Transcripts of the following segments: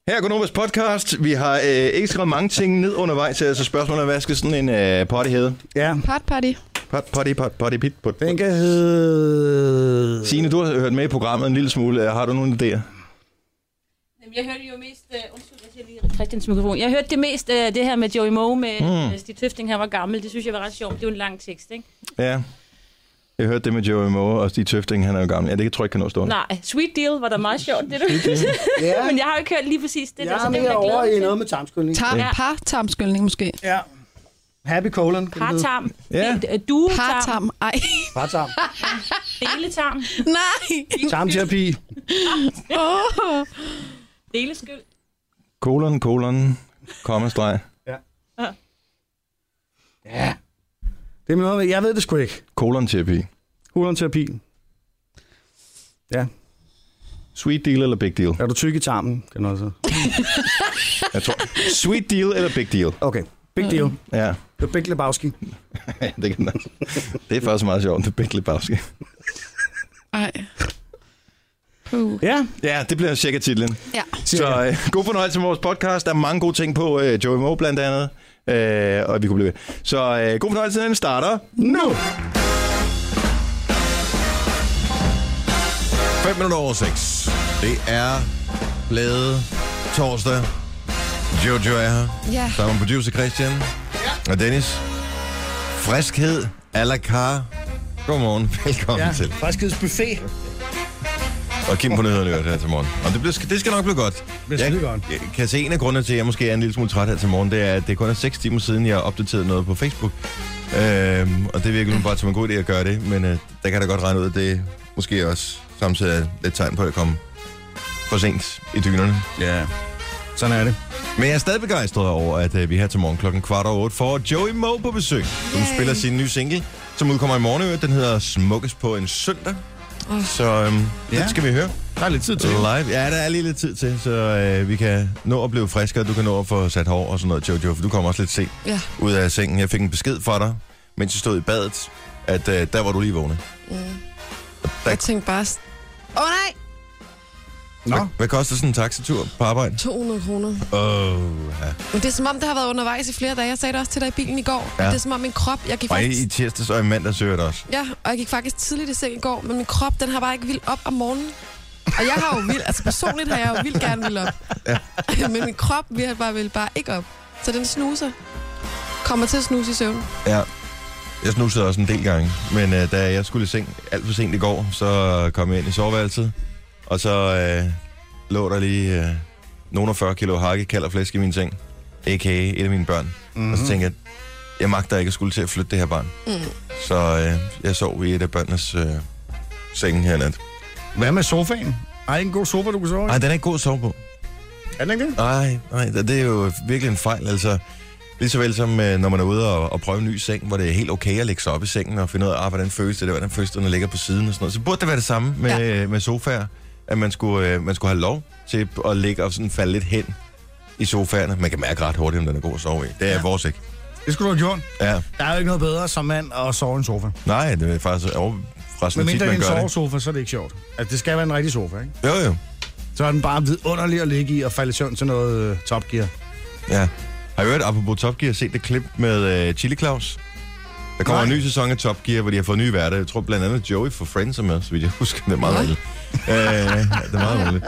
Her er Gunovas podcast. Vi har ikke skrevet mange ting ned undervejs, så spørgsmålet er, hvad skal sådan en potty-hæde? Ja. Potty. Potty. Den kan hedde... Signe, du har hørt med i programmet en lille smule. Har du nogle idéer? Jeg hørte jo mest... undskyld, jeg siger lige Christians mikrofon. Jeg hørte det mest det her med Joey Moe med Stig Tøfting, han var gammel. Det synes jeg var ret sjovt. Det er jo en lang tekst, ikke? Ja. Jeg hørte det med Joey Moe og Stig Tøfting, han er jo gammel. Ja, det tror jeg ikke kan nå stå. Nej, Sweet Deal var da meget sjovt, det du. Ja. Men jeg har jo ikke hørt lige præcis det. Jeg har mere over i noget med tarmskyldning. Par-tarmskyldning måske. Ja. Happy colon. Partarm. Ja. Duotarm. Par-tarm. Ej. Partarm. Deletarm. Nej. Tarmterapi. Deleskyld. Kolon, kommastreg. Ja. Det er noget, jeg ved det sgu ikke. Kolonterapi. Kolonterapi. Ja. Sweet deal eller big deal? Er du tyk i tarmen? Kan du så? Jeg tror. Sweet deal eller big deal? Okay. Big deal. Ja. Det er Big Lebowski. det er faktisk meget sjovt, det er Big Lebowski. Ej. Ja, det bliver cirka titlen. Ja. Så god fornøjelse med vores podcast. Der er mange gode ting på Joey Moe blandt andet. Og vi kunne blive ved. Så god fornøjelse, den starter nu. 6:05. Det er blevet torsdag. Jojo er her. Ja. Sammen med producer Christian. Og Dennis. Friskhed à la carte. Godmorgen. Velkommen til. Friskhedsbuffet. Og Kim på nyhederne her til morgen. Og det skal nok blive godt. Jeg kan se en af grundene til, at jeg måske er en lille smule træt her til morgen, det er, at det kun er 6 timer siden, jeg har opdateret noget på Facebook. Og det virker bare som en god idé at gøre det, men der kan da godt regne ud, at det måske også samtidig er lidt tegn på at komme for sent i dynerne. Ja, sådan er det. Men jeg er stadig begejstret over, at vi her til morgen 7:15 får Joey Moe på besøg, som spiller sin nye single, som udkommer i morgen. Den hedder Smukkes på en søndag. Så det skal vi høre. Der er lidt tid til. Live. Ja, der er lige lidt tid til, så vi kan nå at blive friskere. Du kan nå at få sat hår og sådan noget, Jojo, for du kommer også lidt sent ud af sengen. Jeg fik en besked fra dig, mens jeg stod i badet, at der var du lige vågnet. Jeg tænkte bare... nej! Hvad koster sådan en taxatur på arbejde? 200 kroner. Ja. Men det er som om, det har været undervejs i flere dage. Jeg sagde det også til dig i bilen i går. Ja. Det er som om min krop... Jeg gik faktisk... i tirsdags og i mandag søger det også. Ja, og jeg gik faktisk tidligt i seng i går, men min krop, den har bare ikke vildt op om morgenen. Og jeg har jo vildt... Altså personligt har jeg jo vildt gerne vildt op. Ja. Men min krop vil bare ikke op. Så den snuser. Kommer til at snuse i søvn. Ja. Jeg snusede også en del gange, men da jeg skulle i seng alt for sent i går, så kom jeg ind i soveværelset, og så lå der lige nogle 40 kilo hakkekald og flæsk i min seng, a.k.a. et af mine børn. Og så tænkte jeg magter ikke at skulle til at flytte det her barn. Så jeg sov i et af børnenes senge her nat. Hvad med sofaen? Er det en god sofa, du kan sove i? Nej, den er ikke god at sove på. Er den ikke det? Nej, det er jo virkelig en fejl, altså. Lige så vel som når man er ude og prøve en ny seng, hvor det er helt okay at lægge sig op i sengen og finde ud af, hvordan føles det, hvordan føles det, når den ligger på siden og sådan noget. Så burde det være det samme med sofaer, at man skulle have lov til at ligge og sådan falde lidt hen i sofaerne. Man kan mærke ret hurtigt, om den er god at sove i. Det er vores ikke. Det skulle du have gjort. Ja. Der er jo ikke noget bedre som mand at sove i en sofa. Nej, det er faktisk overraskende tit, man gør det. Men mindre en sovesofa, så er det ikke sjovt. Altså, det skal være en rigtig sofa, ikke? Jo. Så er den bare vidunderlig at ligge i og falde i søvn til noget Top Gear. Ja. Har I hørt, apropos Top Gear, set det klip med Chili Claus? Der kommer en ny sæson af Top Gear, hvor de har fået nye værter. Jeg tror blandt andet Joey fra Friends er med, så vidt jeg husker. Det er meget roligt. Det er meget roligt.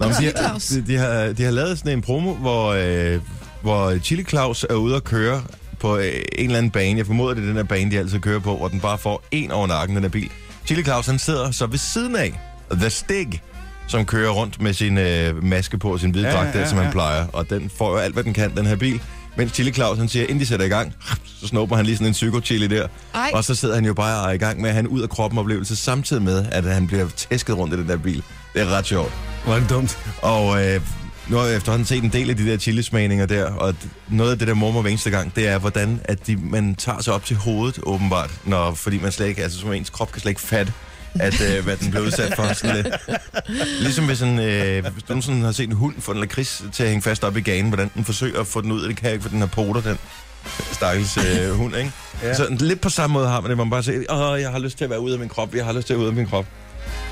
De har lavet sådan en promo, hvor Chili Claus er ude at køre på en eller anden bane. Jeg formoder, det er den her bane, de altid kører på, hvor den bare får en over nakken, den her bil. Chili Claus, han sidder så ved siden af The Stig, som kører rundt med sin maske på og sin hvide dragt, som han plejer. Og den får jo alt, hvad den kan, den her bil. Mens Chili Claus, han siger, inden de sætter i gang, så snupper han lige sådan en psyko-chili der. Ej. Og så sidder han jo bare og er i gang med at have en ud af kroppen oplevelse, samtidig med, at han bliver tæsket rundt i den der bil. Det er ret sjovt. Hvor er det dumt. Og nu har jeg efterhånden set en del af de der chilismagninger der, og noget af det der mormor hver eneste gang, det er, hvordan at man tager sig op til hovedet, åbenbart, fordi man slet ikke, altså som ens krop kan slet ikke fatte, at hvad den blev udsat for. Sådan lidt. Ligesom hvis du sådan har set en hund få en lakrids til at hænge fast op i ganen, hvordan den forsøger at få den ud, det kan ikke, for den har poter, den stakkels hund, ikke? Ja. Så lidt på samme måde har man det, man bare siger, jeg har lyst til at være ude af min krop, jeg har lyst til at være ude af min krop.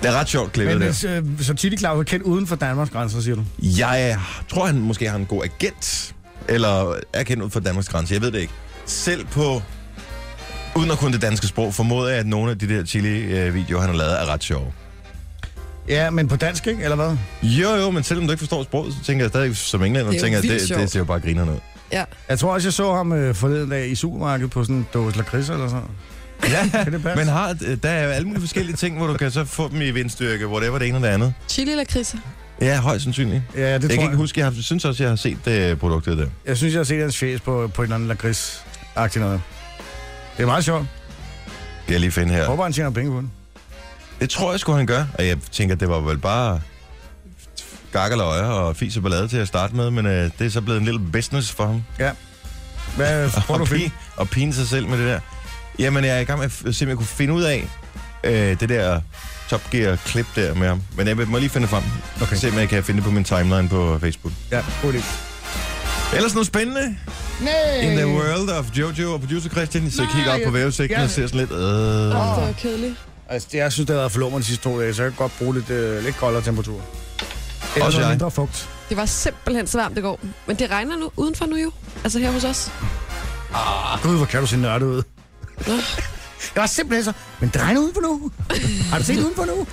Det er ret sjovt klippet Men der. så Chili Claus er kendt uden for Danmarks grænser, siger du? Jeg tror, han måske har en god agent, eller er kendt ud for Danmarks grænse. Jeg ved det ikke. Selv på, uden at kunne det danske sprog, formoder jeg, at nogle af de der Chili-videoer, han har lavet, er ret sjove. Ja, men på dansk, ikke? Eller hvad? Jo, men selvom du ikke forstår sproget, så tænker jeg stadig som englænder, Det er jo tænker jeg, vildt det sjovt. ser jo bare griner ud. Ja. Jeg tror også, jeg så ham forleden dag i supermarkedet på sådan en dåse lakrids eller sådan. Ja, Kan det passe? men der er jo alle mulige forskellige ting, hvor du kan så få dem i vindstyrke, whatever det ene eller det andet. Chili eller krise? Ja, højst sandsynligt. Ja, det Jeg tror kan jeg. ikke huske, jeg synes også, jeg har set produktet der. Jeg synes, jeg har set hans fjes på en eller anden lakrids-agtig noget. Det er meget sjovt. Skal jeg lige finde her. Jeg håber, han tjener penge på den. Det tror jeg sgu, han gør. Og jeg tænker, det var vel bare gakkeløjer og fis og ballade til at starte med, men det er så blevet en lille business for ham. Ja. Hvad prøver du at finde? Og pine sig selv med det der. Jamen, jeg er i gang med at se, om jeg kunne finde ud af det der Top Gear-klip der med ham. Men jeg må lige finde det frem. Okay. Se, om jeg kan finde det på min timeline på Facebook. Ja, god idé. Ellers noget spændende. Nej! In the world of Jojo og producer Christian. Så Nej, kigger op på vævesigten og ser sådan lidt... Det var kedeligt. Altså, jeg synes, det har været for lummer de sidste 2 dage, så jeg kan godt bruge lidt koldere temperatur. Eller Også noget jeg. mindre fugt. Det var simpelthen så varmt det går. Men det regner nu udenfor nu jo. Altså her hos os. Gud, hvor kan du se nørdet ud. Nå. Jeg var simpelthen så... Men det regner udenfor nu. Har du set udenfor nu?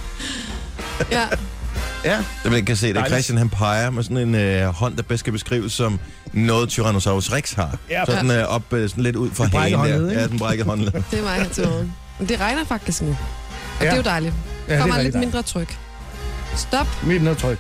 Ja. Ja. Det man kan se, det er Dejligt. Christian, han peger med sådan en hånd, der bedst skal beskrives som noget Tyrannosaurus Rex har. Ja. Sådan op sådan lidt ud fra Den brækkede hagen håndled, der. ikke? Ja, den brækkede håndled. Det er mig her til morgen. Men det regner faktisk nu. Og Ja. det er jo dejligt. Ja, Der det kommer er lidt rigtig mindre tryk. Stop. Mit nedtryk.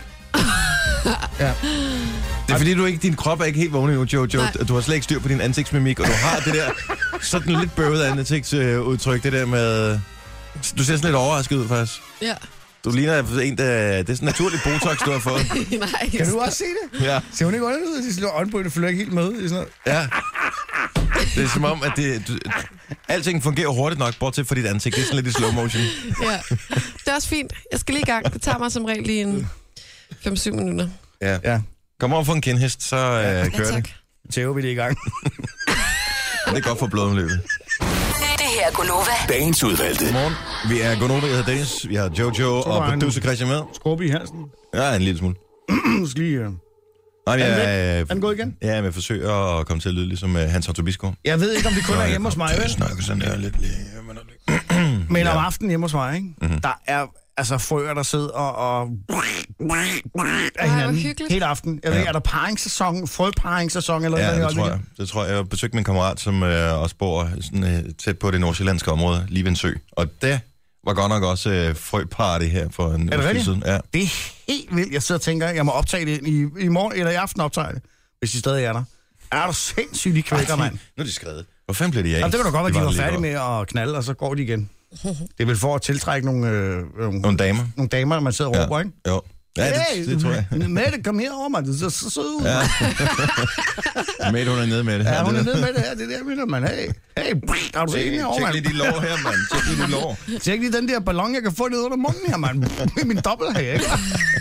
Ja. Det er fordi, din krop er ikke helt vågen endnu, Jojo. Nej. Du har slet ikke styr på din ansigtsmimik, og du har det der sådan lidt bøvet ansigtsudtryk, det der med... Du ser sådan lidt overrasket ud, faktisk. Ja. Du ligner en, der... Det er sådan naturlig botox, du har fået. Nej. Kan du også se det? Ja, Ser hun ikke underligt ud? De slår øjenbrynene følger ikke helt med i sådan noget. ja. Det er som om, at alting fungerer hurtigt nok, bortset fra dit ansigt. Det er sådan lidt i slow motion. Ja. Det er også fint. Jeg skal lige i gang. Det tager mig som regel lige en 5-7 minutter. Ja. Ja. Kom over for en kindhest, så Ja, kører det. tak. Tæver vi lige i gang. Det er godt for blodomløbet. Det her er Gunova. Dagens udvalgte. Godmorgen. Vi er Gunova, jeg hedder Dennis. Vi har Jojo og var han. producer Christian med. Skrub i halsen. Ja, en lille smule. Du skal lige... Nej, men Er den gået igen? Ja, men jeg forsøger at komme til at lyde ligesom Hans Otto Bisgaard. Jeg ved ikke, om det kun er hjemme hos mig, Jeg vel? snakker sådan der lidt. Men om aftenen hjemme hos mig, ikke? Mhm. Der er altså frøer, der sidder og af hvor hinanden hyggeligt. hele aften. Jeg ved ikke, er der paringssæson, frøparingssæson eller Ja, noget? det tror jeg. Det tror jeg. Jeg besøgte min kammerat, som også bor sådan, tæt på det nordsjællandske område, lige ved en sø. Og det var godt nok også frøparty her for en det uge rigtigt? siden. Ja. Det er helt vildt. Jeg sidder og tænker, jeg må optage det i morgen eller i aften optage det, hvis de stadig er der. Er du sindssygt, de kvækker, mand? Nu er de skrevet. Hvor fanden blev de af? Jamen, det kan da godt være, de var lige færdige med at knalde, og så går de igen. Det er vel for at tiltrække Nogle damer. nogle damer, man sidder og råber, ikke? Jo. Ja, det tror jeg. Mette, kom herover, mand. Det ser så sød ud. Ja. Mette, hun er nede med det. Ja, hun er nede med det her. Det er der, mener man. Hey, har du set herovre, Tjek mand? lige de lår her, mand. Tjek lige de lår. Tjek lige den der ballon, jeg kan få ned under munden her, mand. Med min dobbelthage, ikke?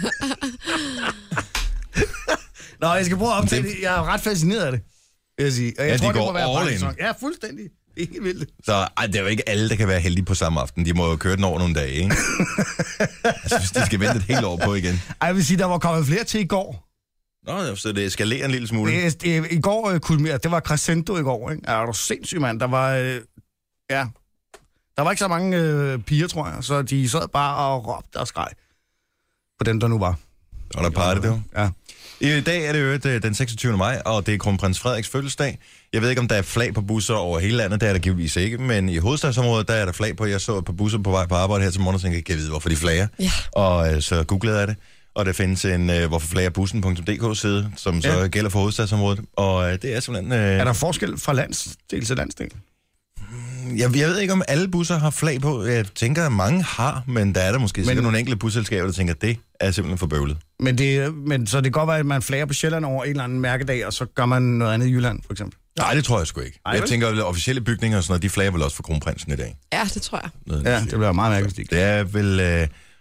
Nå, jeg skal prøve at optage det. Jeg er ret fascineret af det, vil jeg sige. Og jeg Ja, de tror, det går må være all in. pakkesæson. Ja, fuldstændig. Det er helt vildt. Så det er jo ikke alle, der kan være heldige på samme aften. De må jo køre den over nogle dage, ikke? Altså, hvis de skal vente et helt år på igen. Ej, jeg vil sige, der var kommet flere til i går. Nå, så det eskalerer en lille smule. I går kulminerede, det var crescendo i går, ikke? Er du sindssyg, mand? Der var, der var ikke så mange piger, tror jeg, så de sad bare og råbte og skreg på dem, der nu var. Og der party, det var. Ja. I dag er det jo den 26. maj, og det er kronprins Frederiks fødselsdag. Jeg ved ikke, om der er flag på busser over hele landet. Det er der givetvis ikke, men i hovedstadsområdet, der er der flag på. Jeg så på busser på vej på arbejde her til morgen, og tænkte, jeg vide, hvorfor de flager. Ja. Og så googlede jeg det. Og der findes en hvorforflagerbussen.dk-side, som så gælder for hovedstadsområdet. Og det er simpelthen... Er der forskel fra landsdel til landsdel? Jeg ved ikke, om alle busser har flag på. Jeg tænker, at mange har, men der er der måske sikkert nogle enkelte busselskaber, der tænker, at det er simpelthen for bøvlet. Men så det kan godt være, at man flager på Sjælland over en eller anden mærkedag, og så gør man noget andet i Jylland, for eksempel. Nej, det tror jeg sgu ikke. Ej, Jeg vel? tænker, at officielle bygninger og sådan noget, de flager vel også for kronprinsen i dag. Ja, det tror jeg. Ja, det bliver meget mærkeligt. Det er vel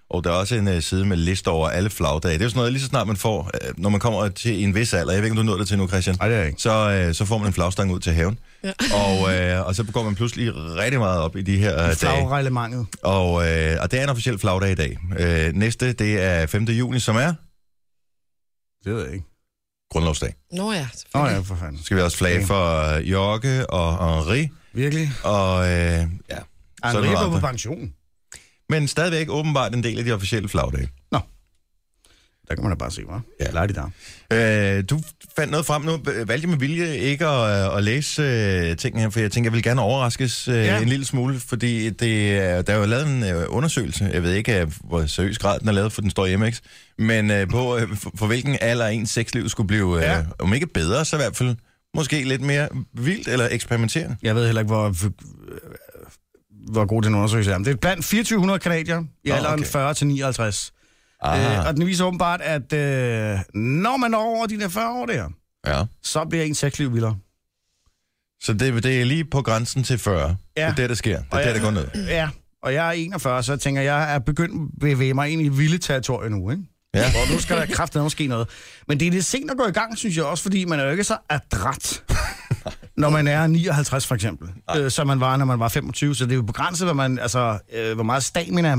Og der er også en side med liste over alle flagdage. Det er jo sådan noget, lige så snart man får, når man kommer til en vis alder, jeg ved ikke, om du nåede det til nu, Christian, Nej, det er ikke. så får man en flagstang ud til haven. Ja. Og så går man pludselig rigtig meget op i de her dage. Flagreglementet. Og det er en officiel flagdag i dag. Næste, det er 5. juni, som er Det ved jeg ikke. grundlovsdag. Nå ja, Åh selvfølgelig. ja, for fanden. Så skal vi også flage for Jorge og Henri. Virkelig? Og ja, Han så er der er noget på andet. pension. Men stadigvæk åbenbart en del af de officielle flagdage. Der kan man da bare se, hva'? Ja. Lad de der. Du fandt noget frem nu. Valgte jeg med vilje ikke at læse tingene her, for jeg tænker, jeg vil gerne overraskes en lille smule, fordi der er jo lavet en undersøgelse. Jeg ved ikke, hvor seriøs grad den er lavet, for den står i MX, men på for hvilken alder ens sexliv skulle blive, om ikke bedre, så i hvert fald måske lidt mere vildt eller eksperimenterende. Jeg ved heller ikke, hvor god den undersøgelse er. Det er blandt 2400 kanadier i alderen 40 til 59. Og den viser åbenbart, at når man når over de der 40 år der, så bliver ens sexliv vildere. Så det er lige på grænsen til 40. Ja. Det er det, der sker. Det er det, der går ned. Ja, og jeg er 41, så jeg tænker, jeg er begyndt at bevæge mig ind i vilde territorier nu, ikke? Ja. Og nu skal der kraftedeme måske noget. Men det er lidt sent at gå i gang, synes jeg også, fordi man er jo ikke så adræt, når man er 59 for eksempel, som man var, når man var 25. Så det er jo begrænset, hvor meget stamina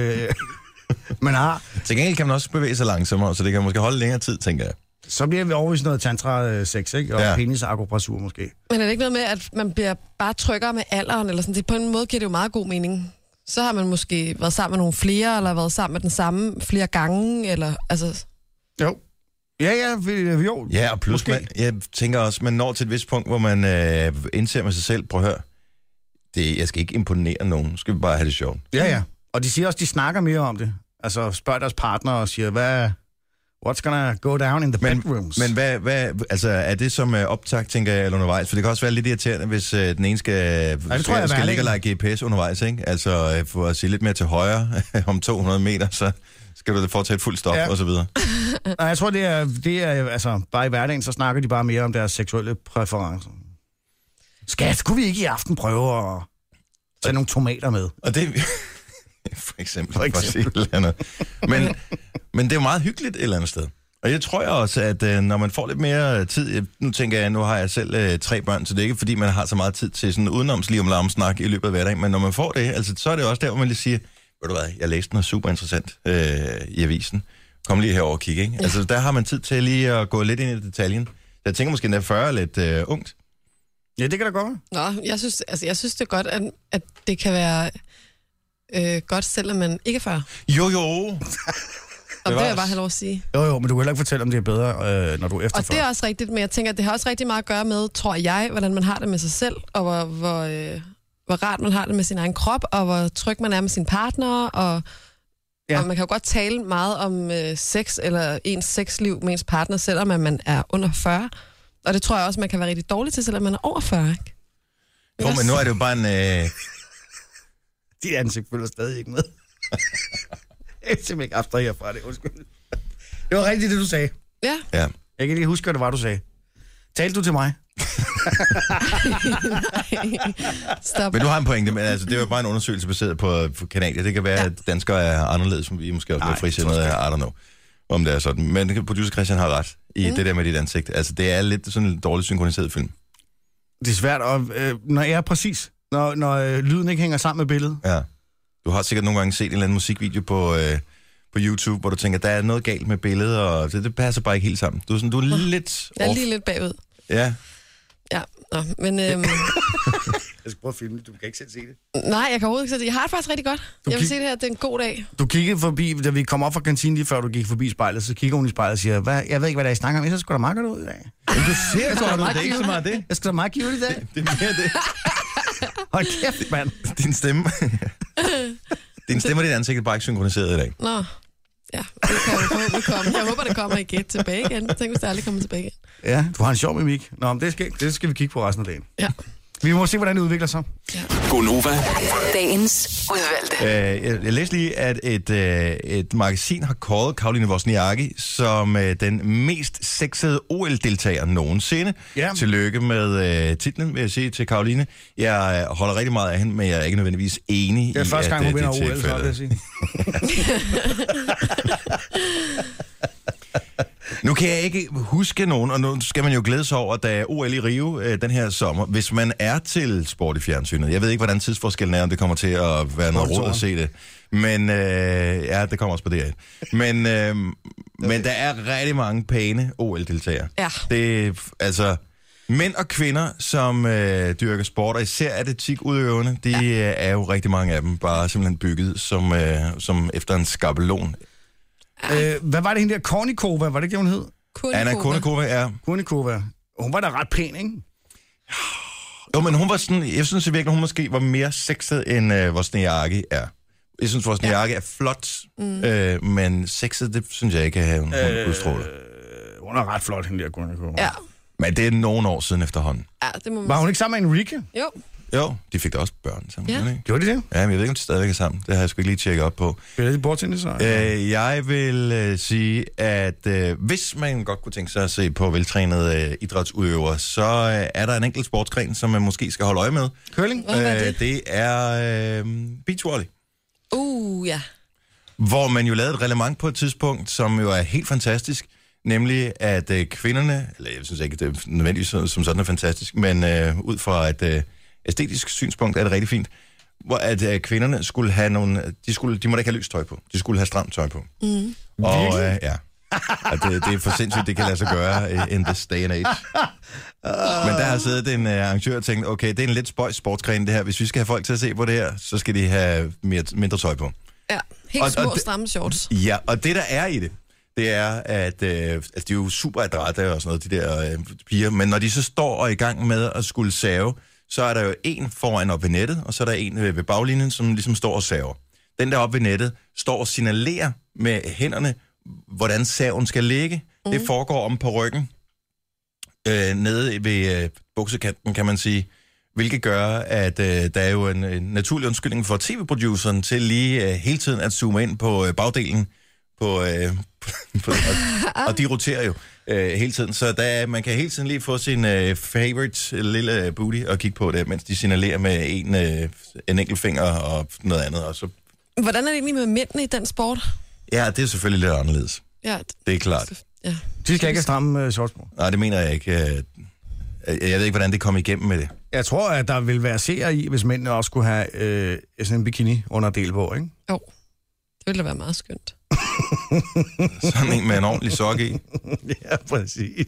man har. Til gengæld kan man også bevæge sig langsommere, så det kan måske holde længere tid, tænker jeg. Så bliver vi over i sådan noget tantra-sex, ikke? Og penis-akupressur måske. Men er det ikke noget med, at man bliver bare tryggere med alderen? Eller sådan? Det, på en måde giver det jo meget god mening. Så har man måske været sammen med nogle flere, eller været sammen med den samme flere gange, eller altså... Jo. Jo. Ja, og plus, jeg tænker også, man når til et vist punkt, hvor man indser med sig selv, prøv at høre, jeg skal ikke imponere nogen, nu skal vi bare have det sjovt. Ja. Og de siger også, de snakker mere om det. Altså spørger deres partner og siger, what's gonna go down in the bedrooms? Men hvad, altså er det som optag, tænker jeg, eller undervejs? For det kan også være lidt irriterende, hvis den ene skal ligge og lege GPS undervejs, ikke? Altså for at sige lidt mere til højre om 200 meter, så skal du foretage et fuldt stop, og så videre. Nej, jeg tror, det er altså, bare i hverdagen, så snakker de bare mere om deres seksuelle præferencer. Skat, kunne vi ikke i aften prøve at tage nogle tomater med? Og det... For eksempel. For at sige et eller andet. Men det er jo meget hyggeligt et eller andet sted. Og jeg tror også, at når man får lidt mere tid... Nu tænker jeg, nu har jeg selv 3 børn, så det er ikke fordi, man har så meget tid til sådan udenomslig om larmsnak i løbet af hverdagen. Men når man får det, altså, så er det også der, hvor man lige siger, ved du hvad, jeg læste noget super interessant i avisen. Kom lige herover og kig, ikke? Altså, der har man tid til lige at gå lidt ind i detaljen. Jeg tænker måske, at den er 40 lidt ungt. Ja, det kan da godt. Nå, jeg synes det er godt, at det kan være godt, selvom man ikke er 40. Jo. Og det vil jeg bare have lov at sige. Jo, men du kan heller ikke fortælle, om det er bedre, når du er efter 40. Og det er også rigtigt, men jeg tænker, at det har også rigtig meget at gøre med, tror jeg, hvordan man har det med sig selv, og hvor rart man har det med sin egen krop, og hvor tryg man er med sin partner, og man kan jo godt tale meget om sex, eller ens sexliv med ens partner, selvom man er under 40. Og det tror jeg også, man kan være rigtig dårlig til, selvom man er over 40, ikke? Jo, men nu er det jo bare en... Dit ansigt følger stadig ikke med. Jeg er simpelthen ikke abstraher fra det, undskyld. Det var rigtigt, det du sagde. Ja. Ja. Jeg kan lige huske, hvad det var, du sagde. Talte du til mig? Nej. Stop. Men du har en pointe, men altså, det er jo bare en undersøgelse baseret på Canada. Det kan være, at danskere er anderledes, som vi måske også bliver frisindede af, I don't know, om det er sådan. Men producer Christian har ret i det der med dit ansigt. Altså, det er lidt sådan en dårligt synkroniseret film. Det er svært, og når lyden ikke hænger sammen med billedet. Ja. Du har sikkert nogle gange set en eller anden musikvideo på YouTube, hvor du tænker, der er noget galt med billedet, og det passer bare ikke helt sammen. Du er lidt Jeg er lige lidt bagud. Ja. Ja, men... Jeg skal prøve at filme det, du kan ikke selv se det. Nej, jeg kan overhovedet ikke se det. Jeg har det faktisk rigtig godt. Jeg vil se det her, det er en god dag. Du kiggede forbi, da vi kom op fra kantinen lige før du gik forbi spejlet, så kigger hun i spejlet og siger, jeg ved ikke, hvad der er, I snakker om, jeg så skulle da meget godt ud i dag. Men du ser godt ud, det er ikke så meget det. Jeg skal da meget cute i dag. Det er mere det. Hold kæft, mand. Din stemme. Din stemme og dit ansigt er bare ikke synkroniseret i dag. Nå, ja, det kan jo forhåbentlig komme. Jeg håber, det kommer igen tilbage igen. Tænk, hvis det aldrig kommer tilbage igen. Ja, du har en sjov mimik. Nå, men det skal vi kigge på resten af dagen. Ja. Vi må se, hvordan det udvikler sig. Gonova. Dagens udvalgte. Jeg læste lige, at et magasin har kåret Caroline Wozniacki som den mest sexede OL-deltager nogensinde. Ja. Tillykke med titlen, vil jeg sige til Caroline. Jeg holder rigtig meget af hende, men jeg er ikke nødvendigvis enig i, Det er første gang, hun vinder OL, så vil jeg sige. Nu kan jeg ikke huske nogen, og nu skal man jo glæde sig over, at der er OL i Rio den her sommer. Hvis man er til sport i fjernsynet, jeg ved ikke, hvordan tidsforskellen er, om det kommer til at være noget råd at se det. Men ja, det kommer også på det. Men der er rigtig mange pæne OL-deltagere. Ja. Det altså mænd og kvinder, som dyrker sport, og især atletikudøverne, de er jo rigtig mange af dem bare simpelthen bygget som efter en skabelon. Hvad var det hende der? Kornikova, var det ikke det, hun hed? Anna Kournikova er... Kornikova. Hun var da ret pæn, ikke? Jo, men hun var sådan... Jeg synes i virkeligheden, hun måske var mere sexet, end Wozniacki er. Jeg synes, Wozniacki er flot, men sexet, det synes jeg ikke, hun udstråler. Hun er ret flot, hende der Kornikova. Ja. Men det er nogle år siden efterhånden. Ja, det må man Var hun ikke sammen med Enrique? Jo. Jo, de fik da også børn sammen. Ja. Ikke? Gjorde de det? Ja, men jeg ved ikke, om de stadigvæk er sammen. Det har jeg sgu ikke lige tjekket op på. Spiller de bordtennis? Jeg vil sige, at hvis man godt kunne tænke sig at se på veltrænede idrætsudøvere, så er der en enkelt sportsgren, som man måske skal holde øje med. Curling? Hvad er det? Det er beach volley. Ja. Hvor man jo lavede et reglement på et tidspunkt, som jo er helt fantastisk. Nemlig at kvinderne, eller jeg synes ikke, det er nødvendigvis som sådan er fantastisk, men ud fra et æstetisk synspunkt er det rigtig fint, hvor at kvinderne skulle have nogle, de måtte ikke have løst tøj på, de skulle have stramt tøj på. Mm. Og ja, det er for sindssygt, det kan lade sig gøre in this day and age. Men der har siddet en arrangør og tænkt, okay, det er en lidt spøjs sportsgren det her, hvis vi skal have folk til at se på det her, så skal de have mindre tøj på. Ja, helt små stramme shorts. Ja, og det der er i det er, at de er jo super adrette og sådan noget, de der piger, men når de så står og er i gang med at skulle save, så er der jo en foran op ved nettet, og så er der en ved baglinjen, som ligesom står og saver. Den der op ved nettet står og signalerer med hænderne, hvordan saven skal ligge. Mm. Det foregår om på ryggen, nede ved buksekanten, kan man sige, hvilket gør, at der er jo en naturlig undskyldning for tv-produceren til lige hele tiden at zoome ind på bagdelen, og de roterer jo hele tiden, så man kan hele tiden lige få sin favorite lille booty og kigge på det, mens de signalerer med en enkelt finger og noget andet. Og så... Hvordan er det egentlig med mændene i den sport? Ja, det er selvfølgelig lidt anderledes. Ja, det er klart. Ja. De skal ikke have stramme shorts på. Nej, det mener jeg ikke. Jeg ved ikke, hvordan det kommer igennem med det. Jeg tror, at der vil være seere i, hvis mændene også skulle have sådan en bikini under del på, ikke? Jo, det ville da være meget skønt. Sådan en med en ordentlig sok i. Ja, præcis.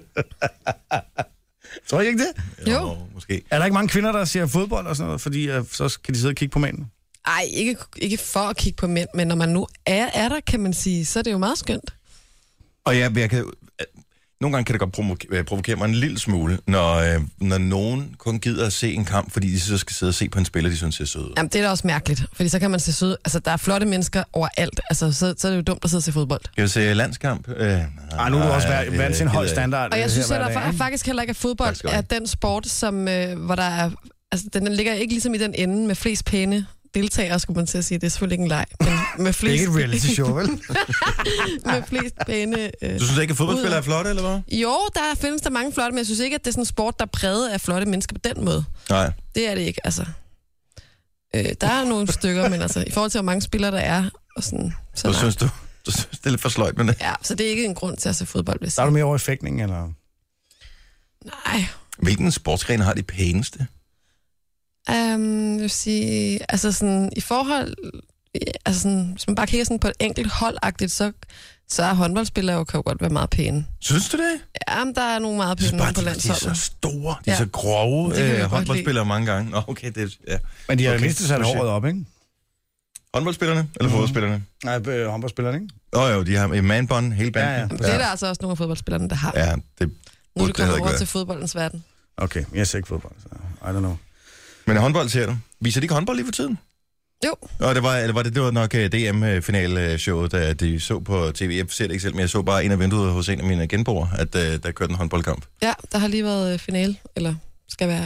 Tror I ikke det? Jo. Måske. Er der ikke mange kvinder, der ser fodbold og sådan noget, fordi så kan de sidde og kigge på mændene? Ej, ikke for at kigge på mænd, men når man nu er der, kan man sige, så er det jo meget skønt. Og jeg kan... Nogle gange kan det godt provokere mig en lille smule, når nogen kun gider at se en kamp, fordi de så skal sidde og se på en spiller, de synes er søde. Jamen, det er da også mærkeligt, fordi så kan man se søde... Altså, der er flotte mennesker overalt. Altså, så er det jo dumt at sidde og se fodbold. Kan du se landskamp? Nu er du også vant til en høj standard. Og jeg synes faktisk heller ikke, at fodbold er den sport, som, hvor der er... Altså, den ligger ikke ligesom i den ende med flest pæne deltagere, skulle man til at sige. Det er selvfølgelig ikke en leg, men med flest... Det er ikke et reality show, vel? med flest pæne... Du synes ikke, at fodboldspillere er flotte, eller hvad? Jo, findes der mange flotte, men jeg synes ikke, at det er sådan en sport, der er præget af flotte mennesker på den måde. Nej. Det er det ikke, altså. Der er nogle stykker, men altså, i forhold til, hvor mange spillere der er, og sådan... Så synes du synes, det er lidt for sløjt, men... Ja, så det er ikke en grund til at se fodbold, hvis... Der er du mere over i fægtning, eller...? Nej. Hvilken sportsgren har de pæneste? Jeg vil sige, altså sådan, i forhold, altså sådan, hvis man bare kigger sådan på et enkelt holdagtigt, så er håndboldspillere kan jo godt være meget pæne. Synes du det? Ja, men der er nogle meget pæne på landsholdet. De er så store, de er så grove håndboldspillere mange gange. Nå, okay, det ja. Men de har mindst sat håret op, ikke? Håndboldspillerne eller fodboldspillerne? Nej, håndboldspillerne, ikke? Jo, de har manbånd, hele banden. Ja. Det er der altså også nogle af fodboldspillerne, der har. Ja, det nu er det kommet over til fodboldens verden. Okay, jeg ser ikke fodbold, så I don't know. Men håndbold ser du. Viser de ikke håndbold lige for tiden? Jo. Og det var nok DM-finalshowet, da de så på tv. Jeg ser det ikke selv, men jeg så bare en af vinduet hos en af mine genboer, at der kørte en håndboldkamp. Ja, der har lige været finale, eller skal være dernede.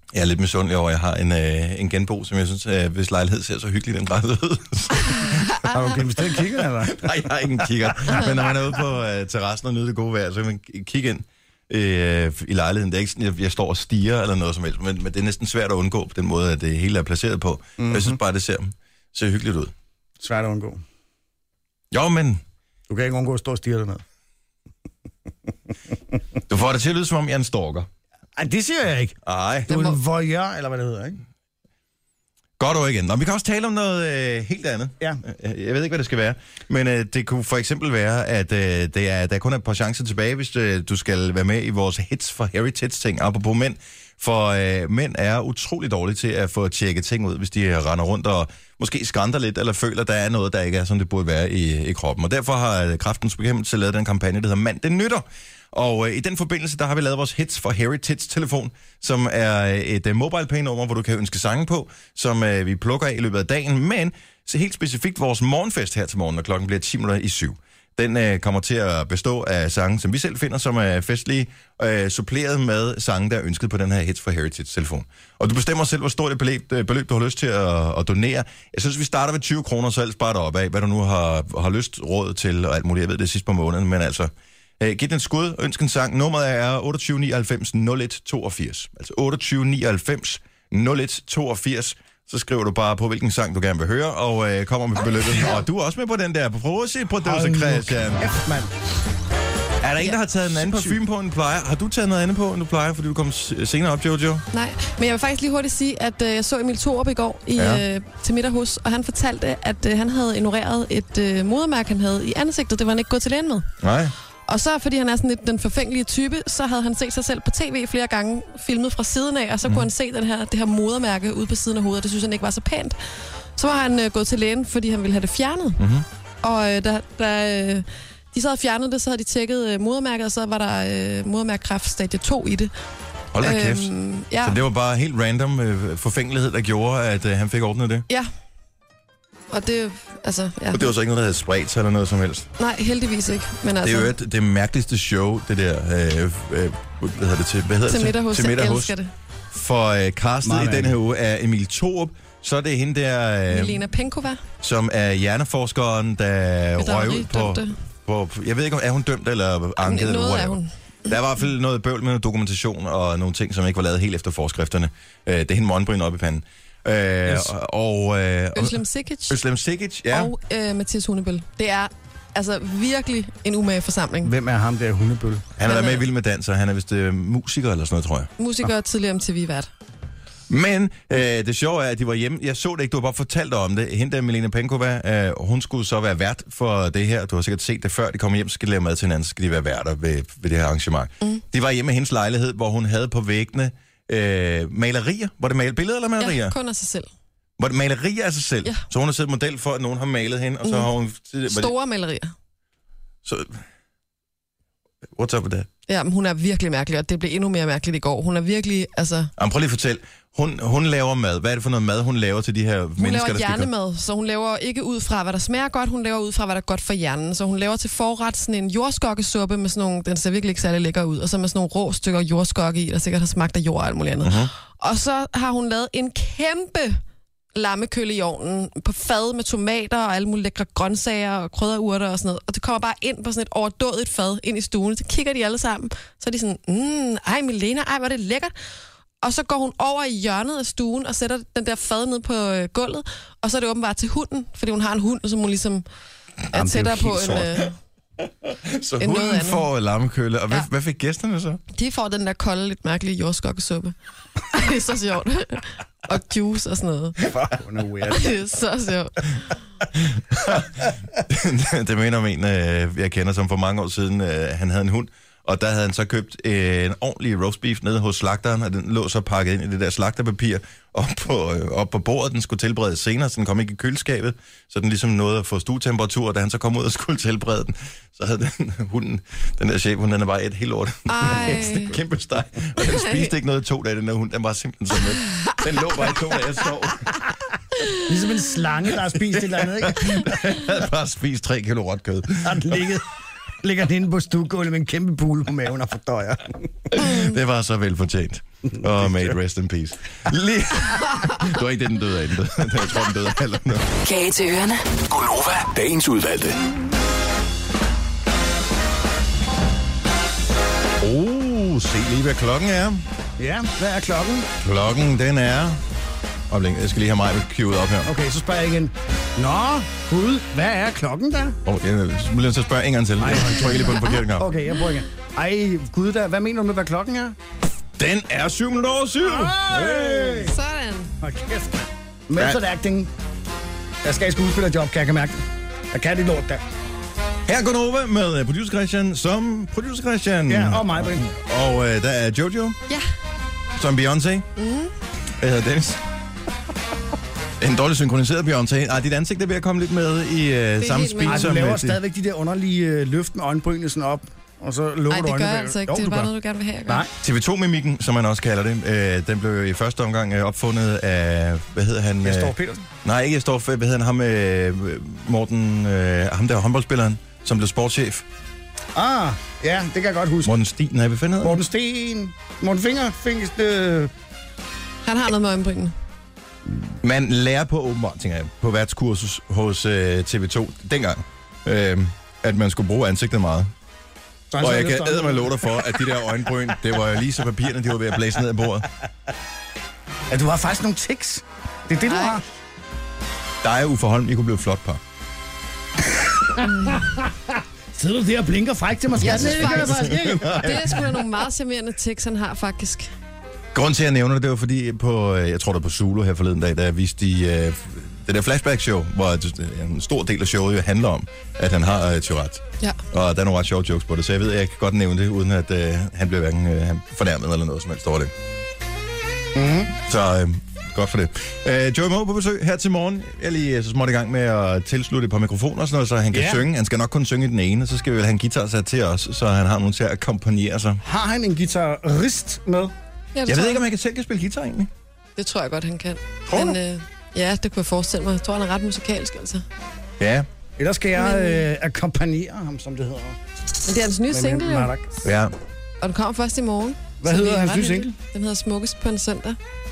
Jeg er lidt misundelig over, at jeg har en genbo, som jeg synes, hvis lejlighed ser så hyggelig, den græder ud. Har du investeret en kigger, eller? Nej, jeg har ikke en kigger. Men når man er ude på terrassen og nyder det gode vejr, så kan man kigge ind i lejligheden. Det er ikke sådan, jeg står og stiger eller noget som helst, men det er næsten svært at undgå på den måde, at det hele er placeret på. Mm-hmm. Jeg synes bare, det ser hyggeligt ud. Svært at undgå. Jo, men... Du kan ikke undgå at stå og stige dernede. Du får det til at lyde, som om jeg er en stalker. Ej, det siger jeg ikke. Ej. Du er en voyeur, eller hvad det hedder, ikke? Godt over igen. Nå, vi kan også tale om noget helt andet. Ja. Jeg ved ikke, hvad det skal være. Men det kunne for eksempel være, at der kun er et par chancer tilbage, hvis du skal være med i vores Hits for Heritage-ting, apropos mænd. For mænd er utrolig dårlige til at få tjekket ting ud, hvis de render rundt og måske skranter lidt, eller føler, at der er noget, der ikke er, som det burde være i kroppen. Og derfor har Kræftens Bekæmpelse lavet den kampagne, der hedder Mand, det nytter. Og i den forbindelse, der har vi lavet vores Hits for Heritage-telefon, som er et MobilePay-nummer, hvor du kan ønske sange på, som vi plukker af i løbet af dagen. Men så helt specifikt vores morgenfest her til morgen, når klokken bliver 7:10. Den kommer til at bestå af sange, som vi selv finder, som er festlige, suppleret med sange, der er ønsket på den her Hits for Heritage-telefon. Og du bestemmer selv, hvor stort et beløb du har lyst til at donere. Jeg synes, vi starter ved 20 kroner, så ellers bare derop af, hvad du nu har lyst råd til, og alt muligt. Jeg ved det sidst på måneden, men altså... Giv den skud, ønsk en sang. Nummeret er 28 99 01 82. Altså 28 99 01 82. Så skriver du bare på, hvilken sang du gerne vil høre, og kommer med beløbet. Og du er også med på den der. Prøv at se producer Christian. Er der en, der har taget en anden parfume på, end du plejer? Har du taget noget andet på, end du plejer, fordi du kom senere op, Jojo? Nej, men jeg vil faktisk lige hurtigt sige, at jeg så Emil Thorup i går til middag hos, og han fortalte, at han havde ignoreret et modermærke, han havde i ansigtet. Det var han ikke gået til lægen med. Nej. Og så, fordi han er sådan lidt den forfængelige type, så havde han set sig selv på tv flere gange, filmet fra siden af, og så kunne han se det her modermærke ude på siden af hovedet, og det synes han ikke var så pænt. Så var han gået til lægen, fordi han ville have det fjernet. Mm-hmm. Og da de så havde fjernet det, så havde de tjekket modermærket, og så var der modermærkekræft stadie 2 i det. Hold da kæft. Ja. Så det var bare helt random forfængelighed, der gjorde, at han fik ordnet det? Ja. Og det, altså, ja. Og det var så ikke noget, der havde spredt sig eller noget som helst? Nej, heldigvis ikke. Men altså... Det er jo det mærkeligste show, det der... hvad hedder det til? Til middag hos. Jeg elsker det. For castet i den her uge er Emil Thorup. Så er det hende der... Milena Penkova. Som er hjerneforskeren, der røg ud på... Jeg ved ikke, om er hun dømt eller anket? Noget er hun. Der er i hvert fald noget bøvl med dokumentation og nogle ting, som ikke var lavet helt efter forskrifterne. Det er hende månbryn op i panden. Og Özlem Sikic, ja. Og Mathias Hundebøl. Det er altså virkelig en umage forsamling. Hvem er ham der Hundebøl? Han har været med i Vild med Dans, og han er vist musiker eller sådan noget, tror jeg. Musiker tidligere MTV-vært. Men det sjove er, at de var hjemme. Jeg så det ikke, du har bare fortalt om det. Hende der, Milena Penkova, hun skulle så være vært for det her. Du har sikkert set det før. De kommer hjem, så skal de lave mad til hinanden, så skal de være værter ved det her arrangement. Mm. De var hjemme i hendes lejlighed, hvor hun havde på væggene malerier. Var det billeder eller malerier? Ja, kun af sig selv. Var det malerier af sig selv? Ja. Så hun har siddet model for, at nogen har malet hende, og så har hun... Store malerier. Så... What's up with that? Ja, men hun er virkelig mærkelig, og det blev endnu mere mærkeligt i går. Hun er virkelig, altså... Jamen, prøv lige at fortælle. Hun laver mad. Hvad er det for noget mad, hun laver til de her mennesker, der skal... Hun laver hjernemad, så hun laver ikke ud fra, hvad der smager godt, hun laver ud fra, hvad der er godt for hjernen. Så hun laver til forret sådan en jordskokkesuppe med sådan nogle... Den ser virkelig ikke særlig lækker ud, og så med sådan nogle rå stykker jordskokke i, der sikkert har smagt af jord og alt muligt andet. Uh-huh. Og så har hun lavet en kæmpe lammekølle i ovnen på fad med tomater og alle mulige lækre grøntsager og krydderurter og sådan noget. Og det kommer bare ind på sådan et overdådigt fad ind i stuen. Så kigger de alle sammen. Så er de sådan, ej Milena, ej hvor er det lækkert. Og så går hun over i hjørnet af stuen og sætter den der fad ned på gulvet. Og så er det åbenbart til hunden, fordi hun har en hund, som hun ligesom er tættere på en... Så hunden får lammekølle, og hvad fik gæsterne så? De får den der kolde, lidt mærkelige jordskokkesuppe. Det er så sjovt. Og juice og sådan noget. Hun er weird. Det er så sjovt. Det mener om en, jeg kender, som for mange år siden, han havde en hund, og der havde han så købt en ordentlig roast beef nede hos slagteren, og den lå så pakket ind i det der slagterpapir op på bordet. Den skulle tilberedes senere, så den kom ikke i køleskabet, så den ligesom nåede at få stuetemperatur, og da han så kom ud og skulle tilberede den, så havde den der chef, den er bare et helt lort. En kæmpe steg, og den spiste ikke noget i 2 dage, den der hund, den var simpelthen så mød. Den lå bare i 2 dage og sov. Ligesom en slange, der har spist et eller andet, ikke? Den havde bare spist 3 kilo råt kød. Har den ligget Ligger den inde på stuegulvet med en kæmpe bule på maven og fordøjer. Det var så velfortjent. Mate, rest in peace. Det var ikke det, den døde af. Jeg tror, den døde af eller noget. Kage til ørerne. Gonova, dagens udvalgte. Se lige, hvad klokken er. Ja, hvad er klokken? Klokken, den er... Jeg skal lige have mig queued op her. Okay, så spørger jeg igen. Nå, Gud, hvad er klokken da? Jeg bliver så spørge en gang til. Jeg trykker lige på den forkerte knap. Okay, jeg prøver igen. Ej, Gud da, hvad mener du med, hvad klokken er? Den er 7 minutter over 7. Hey! Sådan. Hold kæft. Method acting. Jeg skal i skuespillerjob, kan jeg mærke det. Jeg kan det lort der. Her går Nova med producer Christian som producer Christian. Ja, og mig, Brind. Og der er Jojo. Ja. Som Beyoncé. Jeg hedder Dennis. En dårligt synkroniseret Beyoncé. Ej, dit ansigt er ved at komme lidt med i samme speed Ej, som... du laver stadigvæk de der underlige løft med øjenbrynene sådan op, og så lukker du øjnene. Nej, det gør jeg altså ikke. Det er bare noget, du gerne vil have. Nej. TV2-mimikken, som man også kalder det, den blev jo i første omgang opfundet af... Hvad hedder han? Jesper Petersen? Nej, ikke Jesper. Hvad hedder han? Ham, Morten... ham der håndboldspilleren, som blev sportschef. Ja, det kan jeg godt huske. Morten Sten, nej, hvad fanden hedder Morten Sten. Morten Finger. Han har noget med øjenbrynene. Man lærer på åbenbart, tænker jeg, på værtskursus hos TV2 dengang, at man skulle bruge ansigtet meget. Og jeg kan æde mig love dig for, at de der øjenbryn, det var lige så papirerne, de var ved at blæse ned ad bordet. Ja, du har faktisk nogle tics. Det er det, du har. Der er uforholden, I kunne blive flot par. Sidder du der og blinker frækt til mig? Jeg synes faktisk, det er sgu da nogle meget charmerende tics, han har faktisk. Grunden til, at jeg nævner det, det var fordi på, jeg tror det var på Zulu her forleden dag, der viste de det der flashback-show, hvor en stor del af showet jo handler om, at han har Tourette. Ja. Og der er nogle ret sjove jokes på det, så jeg ved, at jeg kan godt nævne det, uden at han bliver hverken fornærmet eller noget som helst over det. Så godt for det. Joey Moe på besøg her til morgen. Jeg er lige så småt i gang med at tilslutte et par mikrofoner og sådan noget, så han kan synge. Han skal nok kun synge i den ene, så skal vi vel have en guitar sat til os, så han har nogen til at akkompagnere sig. Har han en guitarist med? Ja, jeg ved ikke, om han selv kan spille guitar egentlig. Det tror jeg godt, han kan. Tror du? Ja, det kunne jeg forestille mig. Jeg tror, han er ret musikalsk, altså. Ja. Ellers skal jeg akkompagnere ham, som det hedder. Men det er hans nye single, jo. Ja. Og den kommer først i morgen. Hvad hedder hans nye single? Den hedder Smukkest på en søndag.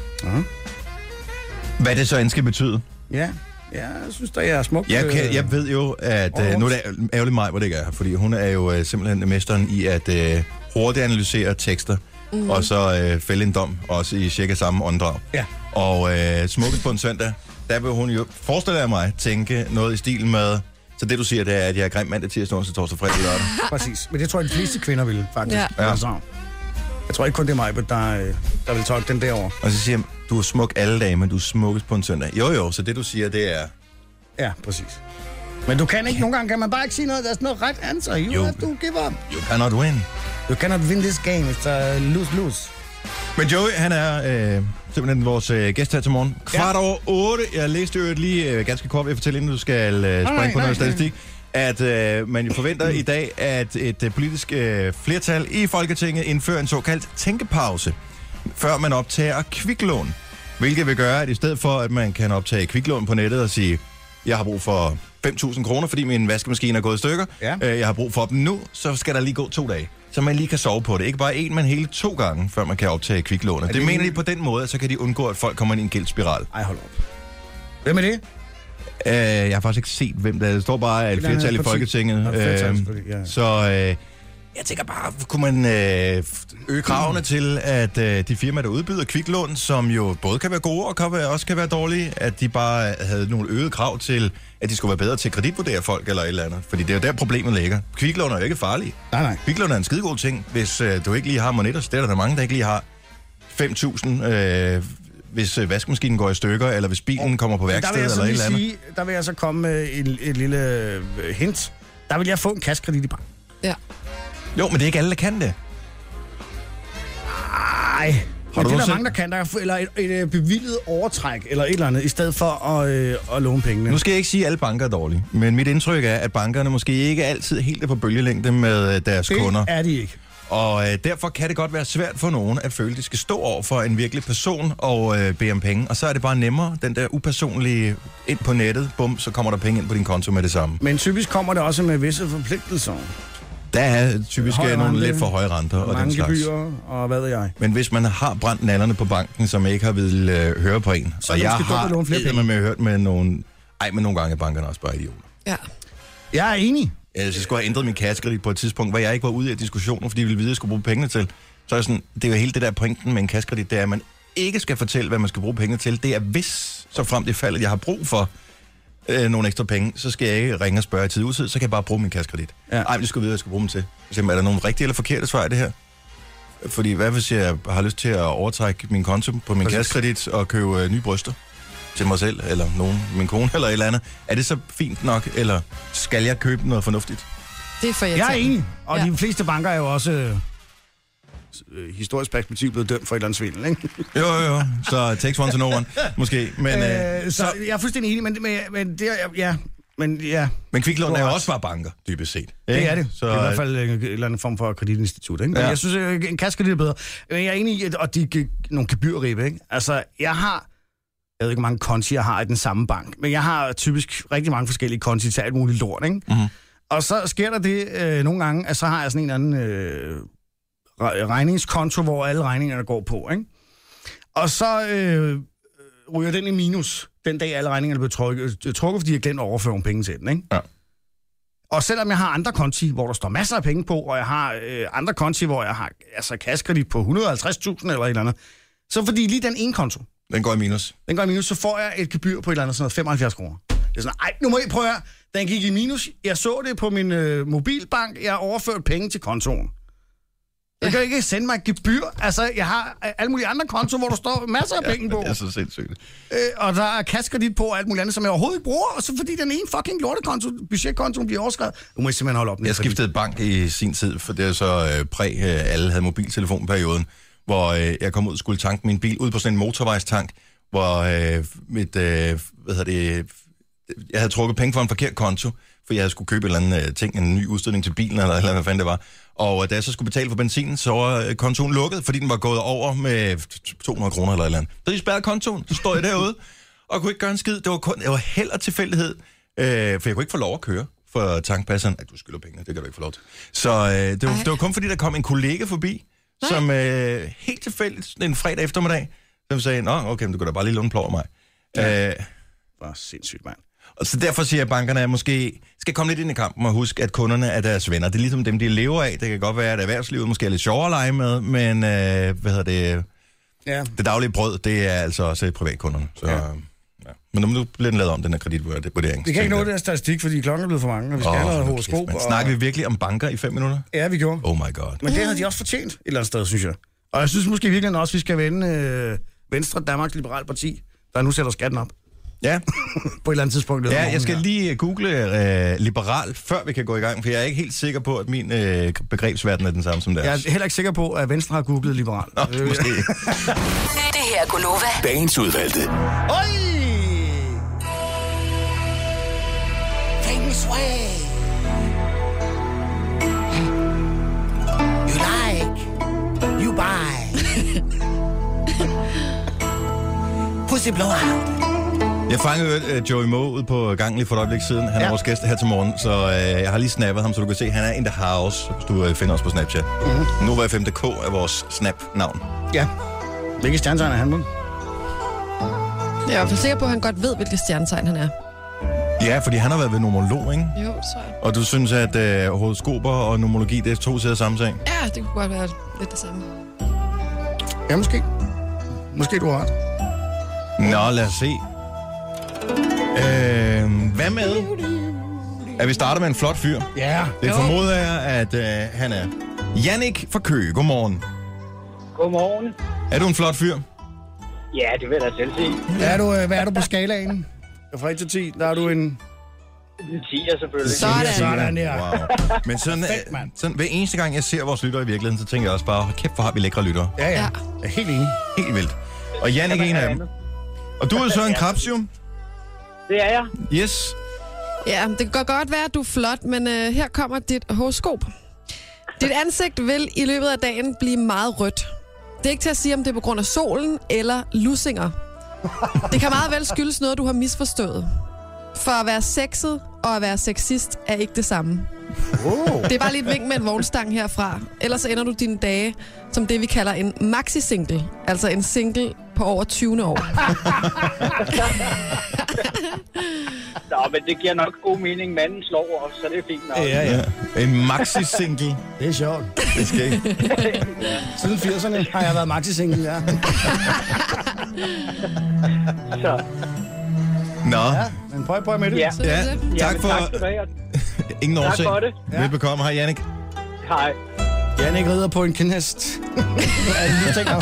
Hvad det så end skal betyde? Ja, jeg synes, der er smukt. Jeg ved jo, at nu er det ærgerligt mig, hvor det ikke er her, fordi hun er jo simpelthen mesteren i at hurtigt analysere tekster, og så fælde en dom, også i cirka samme åndedrag. Ja. Og Smukkest på en søndag, der vil hun jo, forestiller jeg mig, tænke noget i stil med, så det du siger, det er, at jeg er grim mandag, tirsdag, onsdag, torsdag, fredag, lørdag. Præcis, men det tror jeg, de fleste kvinder vil, faktisk. Ja. Altså, jeg tror ikke kun det er mig, der vil tolke den derovre. Og så siger jeg, du er smuk alle dage, men du er smukkest på en søndag. Jo, så det du siger, det er... Ja, præcis. Men du kan ikke, nogle gange kan man bare ikke sige noget, der er sådan noget right answer. You have to give up. You cannot win. You cannot win this game, it's a lose-lose. Men Joey, han er simpelthen vores gæst her til morgen. 7:15. Jeg læste jo lige ganske kort, jeg fortæller, inden du skal springe på noget statistik, at man forventer i dag, at et politisk flertal i Folketinget indfører en såkaldt tænkepause, før man optager kviklån. Hvilket vil gøre, at i stedet for, at man kan optage kviklån på nettet og sige, jeg har brug for 5.000 kroner, fordi min vaskemaskine er gået i stykker. Ja. Jeg har brug for dem nu, så skal der lige gå 2 dage. Så man lige kan sove på det. Ikke bare 1, men hele 2 gange, før man kan optage kviklånet. Det mener de på den måde, så kan de undgå, at folk kommer ind i en gældsspiral. Ej, hold op. Hvem er det? Jeg har faktisk ikke set, hvem det er. Det står bare, at et flertal i Folketinget. Så jeg tænker bare, kunne man øge kravene til, at de firmaer, der udbyder kviklån, som jo både kan være gode og også kan være dårlige, at de bare havde nogle øgede krav til, at de skulle være bedre til at kreditvurdere folk eller et eller andet. Fordi det er jo der, problemet ligger. Kviklån er jo ikke farlige. Nej. Kviklån er en skidegod ting, hvis du ikke lige har monetter. Det er der mange, der ikke lige har 5.000, hvis vaskemaskinen går i stykker, eller hvis bilen kommer på værksted eller et eller andet. Der vil jeg så komme med et lille hint. Der vil jeg få en kassekredit i banken. Ja. Jo, men det er ikke alle, der kan det. Nej. Men det er der mange, der kan. Der eller et bevilget overtræk, eller et eller andet, i stedet for at låne pengene. Nu skal jeg ikke sige, at alle banker er dårlige. Men mit indtryk er, at bankerne måske ikke altid helt er på bølgelængde med deres kunder. Det er de ikke. Og derfor kan det godt være svært for nogen at føle, at de skal stå over for en virkelig person og bede om penge. Og så er det bare nemmere, den der upersonlige ind på nettet, bum, så kommer der penge ind på din konto med det samme. Men typisk kommer det også med visse forpligtelser. Der er typisk nogle lidt for høje renter og den slags. Gebyrer, og hvad ved jeg. Men hvis man har brændt nallerne på banken, som ikke har vil høre på en, så og jeg har med hørt med nogle... men nogle gange er bankerne også bare idioter. Ja. Jeg er enig. Jeg skulle have ændret min kassekredit på et tidspunkt, hvor jeg ikke var ude af diskussioner, fordi jeg ville vide, at jeg skulle bruge pengene til. Så er sådan, det er jo hele det der pointen med en kassekredit, det er, at man ikke skal fortælle, hvad man skal bruge pengene til. Det er hvis, så frem det falder, at jeg har brug for nogle ekstra penge, så skal jeg ikke ringe og spørge i tid udtid, så kan jeg bare bruge min kassekredit. Ja. Ej, men det skal vide, hvad jeg skal bruge dem til. Er der nogen rigtige eller forkerte svar i det her? Fordi hvad hvis jeg har lyst til at overtrække min konto på min kassekredit og købe nye bryster til mig selv, eller nogen, min kone, eller et eller andet? Er det så fint nok, eller skal jeg købe noget fornuftigt? Det er for jeg er enig, og de fleste banker er jo også historisk perspektiv blevet dømt for et eller andet svindel, ikke? Jo, så takes one to know one, måske. Men, så jeg er fuldstændig enig, men det er, ja. Men kviklån er jo også bare banker, dybest set. Ikke? Det er det. Så, det er i hvert fald en eller anden form for kreditinstitut, ikke? Men jeg synes, en kassekredit er bedre. Men jeg er enig i, at de nogle gebyrribbe, ikke? Altså, jeg ved ikke, hvor mange konti jeg har i den samme bank, men jeg har typisk rigtig mange forskellige konti til alt muligt lort, ikke? Mm-hmm. Og så sker der det nogle gange, at så har jeg sådan en eller anden regningskonto, hvor alle regningerne går på, ikke? Og så ryger den i minus, den dag alle regningerne bliver trukket, fordi jeg glemte at overføre nogle penge til den, ikke? Ja. Og selvom jeg har andre konti, hvor der står masser af penge på, og jeg har andre konti, hvor jeg har kassekredit på 150.000 eller et eller andet, så fordi lige den ene konto, den går i minus, så får jeg et gebyr på et eller andet, sådan noget 75 kroner. Det er sådan, nu må I prøve her. Den gik i minus. Jeg så det på min mobilbank. Jeg har overført penge til kontoen. Jeg kan ikke sende mig et gebyr. Altså, jeg har alle mulige andre kontoer, hvor der står masser af penge på. Det er så sindssygt. Og der er kassekredit på og alt muligt andet, som jeg overhovedet ikke bruger. Og så fordi den ene fucking lortekonto, budgetkontoen bliver overskrevet. Nu må jeg simpelthen holde op med. Jeg skiftede bank i sin tid, for det er så alle havde mobiltelefonperioden, hvor jeg kom ud og skulle tanke min bil ud på sådan en motorvejstank, hvor jeg havde trukket penge for en forkert konto, for jeg skulle købe en eller anden ting, en ny udstødning til bilen, eller hvad fanden det var. Og da jeg så skulle betale for benzinen, så var kontoen lukket, fordi den var gået over med 200 kroner eller et eller andet. Så de spærrede kontoen, så står jeg derude, og kunne ikke gøre en skid. Det var held og tilfældighed, for jeg kunne ikke få lov at køre for tankpasseren. Du skylder pengene, det kan du ikke få lov til. Så det var kun fordi, der kom en kollega forbi, som helt tilfældigt en fredag eftermiddag, som sagde, okay, du kan da bare lige låne plov af mig. Var sindssygt, mand. Og så derfor siger jeg, at bankerne måske skal komme lidt ind i kampen og huske, at kunderne er deres venner. Det er ligesom dem, de lever af. Det kan godt være, at erhvervslivet måske er lidt sjovere at lege med, men det daglige brød, det er altså også privatkunderne. Så, ja. Men nu bliver den lavet om, den her kreditvurdering. Vi kan ikke nå det her statistik, fordi klokken er blevet for mange, og vi skal have noget horoskop. Men snakker vi virkelig om banker i 5 minutter? Ja, vi gjorde. Oh my god. Men det havde de også fortjent et eller andet sted, synes jeg. Og jeg synes måske virkelig også, vi skal vende Venstre, Danmarks Liberale Parti, der nu sætter skatten op. Ja. På et eller andet tidspunkt. Ja, jeg skal lige google liberal, før vi kan gå i gang, for jeg er ikke helt sikker på, at min begrebsverden er den samme som deres. Jeg er heller ikke sikker på, at Venstre har googlet liberal. Måske. Det her er Gunova. Dagens udvalgte. Oj! Feng Shui. You like. You buy. Pussy blowout. Jeg fangede Joey Moe ud på gangen lige for et øjeblik siden. Han er vores gæst her til morgen, så jeg har lige snappet ham, så du kan se, han er in the house, hvis du finder os på Snapchat. Mm-hmm. Nova 5.dk er vores snap-navn. Ja. Hvilke stjernetegn er han med? Jeg er i hvert fald sikker på, at han godt ved, hvilke stjernetegn han er. Ja, fordi han har været ved numerolog, ikke? Jo, det tror jeg. Og du synes, at horoskoper og numerologi, det er 2 sider af samme sag? Ja, det kunne godt være lidt det samme. Ja, måske. Måske du har ret. Nå, lad os se. Hvad med, at vi starter med en flot fyr? Ja. Det formoder jeg, at han er. Jannik fra Køge, godmorgen. Godmorgen. Er du en flot fyr? Ja, det vil jeg selv sige. Hvad er du på skalaen? Fra 1 til 10, der er du en... En 10'er selvfølgelig. Sådan der. Wow. Men sådan, hver eneste gang, jeg ser vores lyttere i virkeligheden, så tænker jeg også bare, kæft, hvor har vi lækre lyttere. Ja. Jeg er helt enig. Helt vildt. Og Jannik er en af dem. Og du er så en krebs, jo? Det er jeg. Yes. Ja, det kan godt være, at du er flot, men her kommer dit horoskop. Dit ansigt vil i løbet af dagen blive meget rødt. Det er ikke til at sige, om det er på grund af solen eller lussinger. Det kan meget vel skyldes noget, du har misforstået. For at være sexet og at være sexist er ikke det samme. Det er bare lige et vink med en vognstang herfra. Ellers så ender du dine dage som det, vi kalder en maxi-single. Altså en single på over 20. år. Nå, men det giver nok god mening. Manden slår os, så det er fint nok. Ja. En maxi-single. Det er sjovt. Det skal ikke. Siden 80'erne har jeg været maxi-single, ja. Så, Nå, Ja, men prøv med det. ja. Så det er ja. det. Tak for... Tak skal du have. Ingen Tak årsag. for det. Velbekomme. Hej, Jannik. Hej. Jannik rider på en kindhest. Ja, det tænker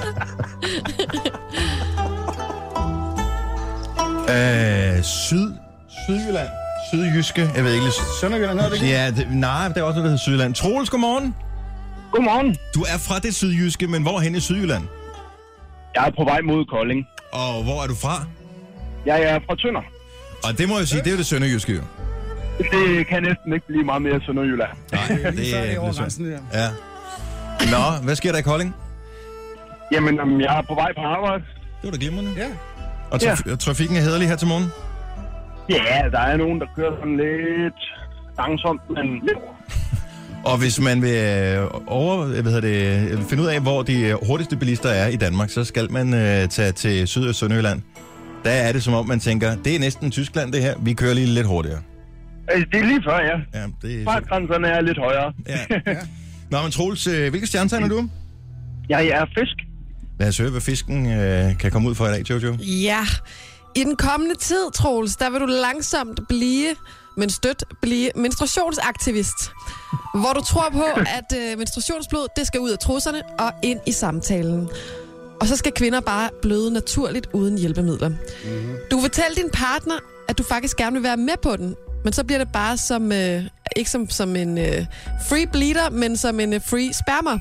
jeg. Sydjylland. Sydjyske. Jeg ved ikke lige... Sønderjylland, hedder det ikke? Ja, nej, det er også noget, der hedder Sydjylland. Troels, godmorgen. Godmorgen. Du er fra det sydjyske, men hvor hen i Sydjylland? Jeg er på vej mod Kolding. Og hvor er du fra? Jeg er fra Tønder. Og det må jeg sige, det er jo det sønderjyske jo. Det kan næsten ikke blive meget mere Sønderjylland. Nej, Lige før det er over svært. grænsen, det der. Ja. Nå, hvad sker der i Kolding? Jamen, jeg er på vej på arbejde. Det var da glimrende. Ja. Og trafikken er hæderlig her til morgen? Ja, der er nogen, der kører sådan lidt langsomt, men... Og hvis man vil finde ud af, hvor de hurtigste bilister er i Danmark, så skal man tage til Syd- og Sønderjylland. Der er det som om, man tænker, det er næsten Tyskland det her, vi kører lige lidt hurtigere. Det er lige før, ja. Ja, det er... Fartgrænserne er lidt højere. Ja. Nå, men Troels, hvilke stjernetegn er du? Jeg er fisk. Lad os høre, hvad fisken kan komme ud for i dag, Jojo. Ja. I den kommende tid, Troels, der vil du langsomt men støt blive menstruationsaktivist. Hvor du tror på, at menstruationsblod, det skal ud af trusserne og ind i samtalen. Og så skal kvinder bare bløde naturligt uden hjælpemidler. Mm-hmm. Du fortæller din partner, at du faktisk gerne vil være med på den, men så bliver det bare som, ikke som en free bleeder, men som en free spermer.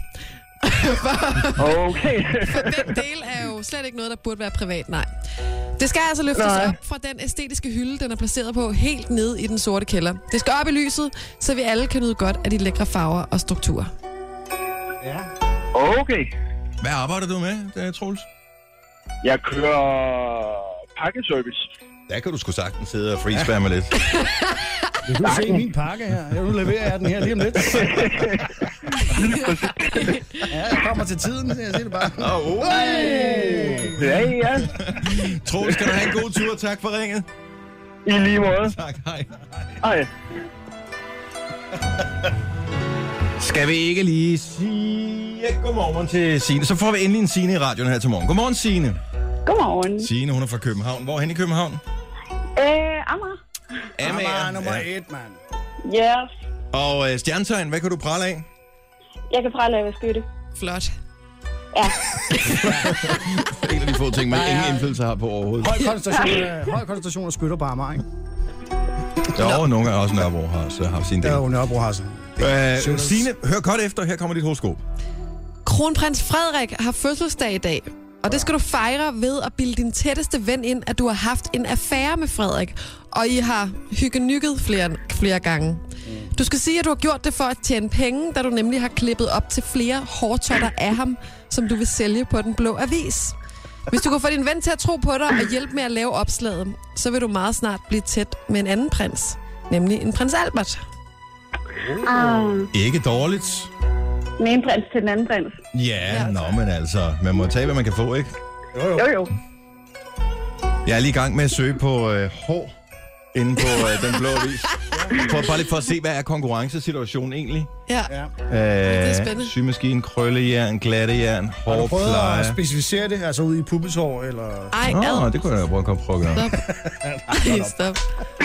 Okay. For begge dele er jo slet ikke noget, der burde være privat, nej. Det skal altså løftes op fra den æstetiske hylde, den er placeret på, helt ned i den sorte kælder. Det skal op i lyset, så vi alle kan nyde godt af de lækre farver og strukturer. Ja. Okay. Hvad arbejder du med, Troels? Jeg kører pakkeservice. Der kan du sgu sagtens sidde og freespamme lidt. Vil du se min pakke her? Jeg vil levere den her lige om lidt. Ja, jeg kommer til tiden, så jeg siger det bare. Ja. Troels, skal du have en god tur. Tak for ringet. I lige måde. Tak, hej. Hej. Skal vi ikke lige sige godmorgen til Signe? Så får vi endelig en Signe i radioen her til morgen. Godmorgen, Signe. Godmorgen. Signe, hun er fra København. Hvor hen i København? Amager. Amager nummer 1, mand. Yes. Og stjernetegn, hvad kan du prale af? Jeg kan prale af at være skytte. Flot. Ja. En af de få ting, man ingen indflydelse har på overhovedet. Høj koncentration af skytter på Amager, ikke? Jo, nogle gange også Nørrebro har sin del. Der er jo Nørrebro har sådan. Signe, hør godt efter. Her kommer dit horoskop. Kronprins Frederik har fødselsdag i dag. Og det skal du fejre ved at bilde din tætteste ven ind, at du har haft en affære med Frederik. Og I har hyggenykket flere gange. Du skal sige, at du har gjort det for at tjene penge, da du nemlig har klippet op til flere hårtotter af ham, som du vil sælge på Den Blå Avis. Hvis du kan få din ven til at tro på dig og hjælpe med at lave opslaget, så vil du meget snart blive tæt med en anden prins, nemlig en prins Albert. Ikke dårligt. Den ene prins til den anden prins. Ja, men altså, man må tage, hvad man kan få, ikke? Jo. Jeg er lige i gang med at søge på hår inde på Den Blå Avis. Bare lige for at se, hvad er konkurrencesituationen egentlig? Ja. Det er spændende. Symaskine, krøllejern, glattejern, Har du prøvet at hårpleje. specificere det, altså ude i pubeshår, eller... Ej, Det kunne jeg prøve at gøre. Stop.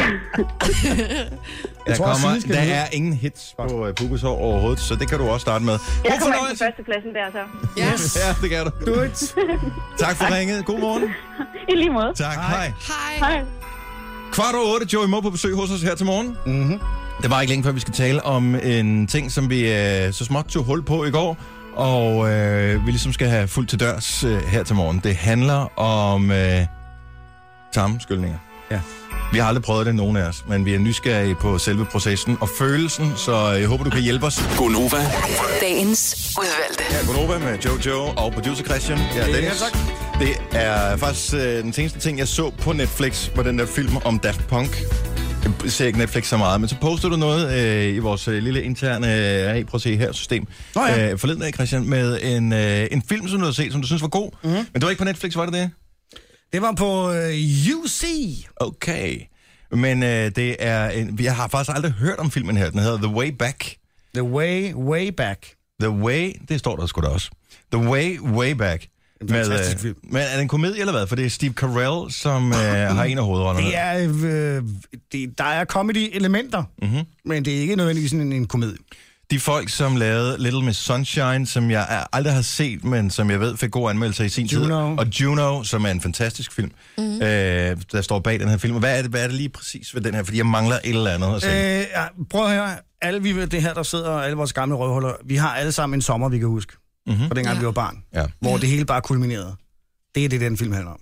Der er ingen hits på pubeshår overhovedet, så det kan du også starte med. Jeg God kommer ind på fornøjelse. førstepladsen der, så. Yes. Ja, det kan du. Do it. Tak for ringet. God morgen. I lige måde. Tak, hej. Hej. Hej. 7:15, Joey Moe på besøg hos os her til morgen. Mm-hmm. Det var ikke længe før, vi skal tale om en ting, som vi så småt tog hul på i går, og vi ligesom skal have fuldt til dørs her til morgen. Det handler om tarmskyldninger. Ja. Vi har aldrig prøvet det, nogen af os, men vi er nysgerrige på selve processen og følelsen, så jeg håber, du kan hjælpe os. Gonova. Dagens udvalgte. Ja, Gonova med Jojo og producer Christian. Ja, Dennis. Det er faktisk den seneste ting, jeg så på Netflix, var den der film om Daft Punk. Jeg ser ikke Netflix så meget, men så poster du noget i vores lille interne prøv at se her system. Forleden af, Christian, med en film, som du har set, som du synes var god. Mm-hmm. Men det var ikke på Netflix, var det det? Det var på UC. Okay. Men det er jeg har faktisk aldrig hørt om filmen her. Den hedder The Way Back. The Way Back. The Way, det står der sgu da også. The Way Back. En fantastisk film. Men er det en komedie eller hvad? For det er Steve Carell, som har en af hovedrollerne. Der er comedy-elementer, men det er ikke nødvendigvis en komedie. De folk, som lavede Little Miss Sunshine, som jeg aldrig har set, men som jeg ved fik gode anmeldelser i sin tid. Og Juno, som er en fantastisk film, der står bag den her film. Hvad er det lige præcis ved den her? Fordi jeg mangler et eller andet at se. Prøv at høre. Alle vi ved det her, der sidder, alle vores gamle røvhuller, vi har alle sammen en sommer, vi kan huske. Fra dengang vi var barn. Ja. Hvor det hele bare kulminerede. Det er det, den film handler om.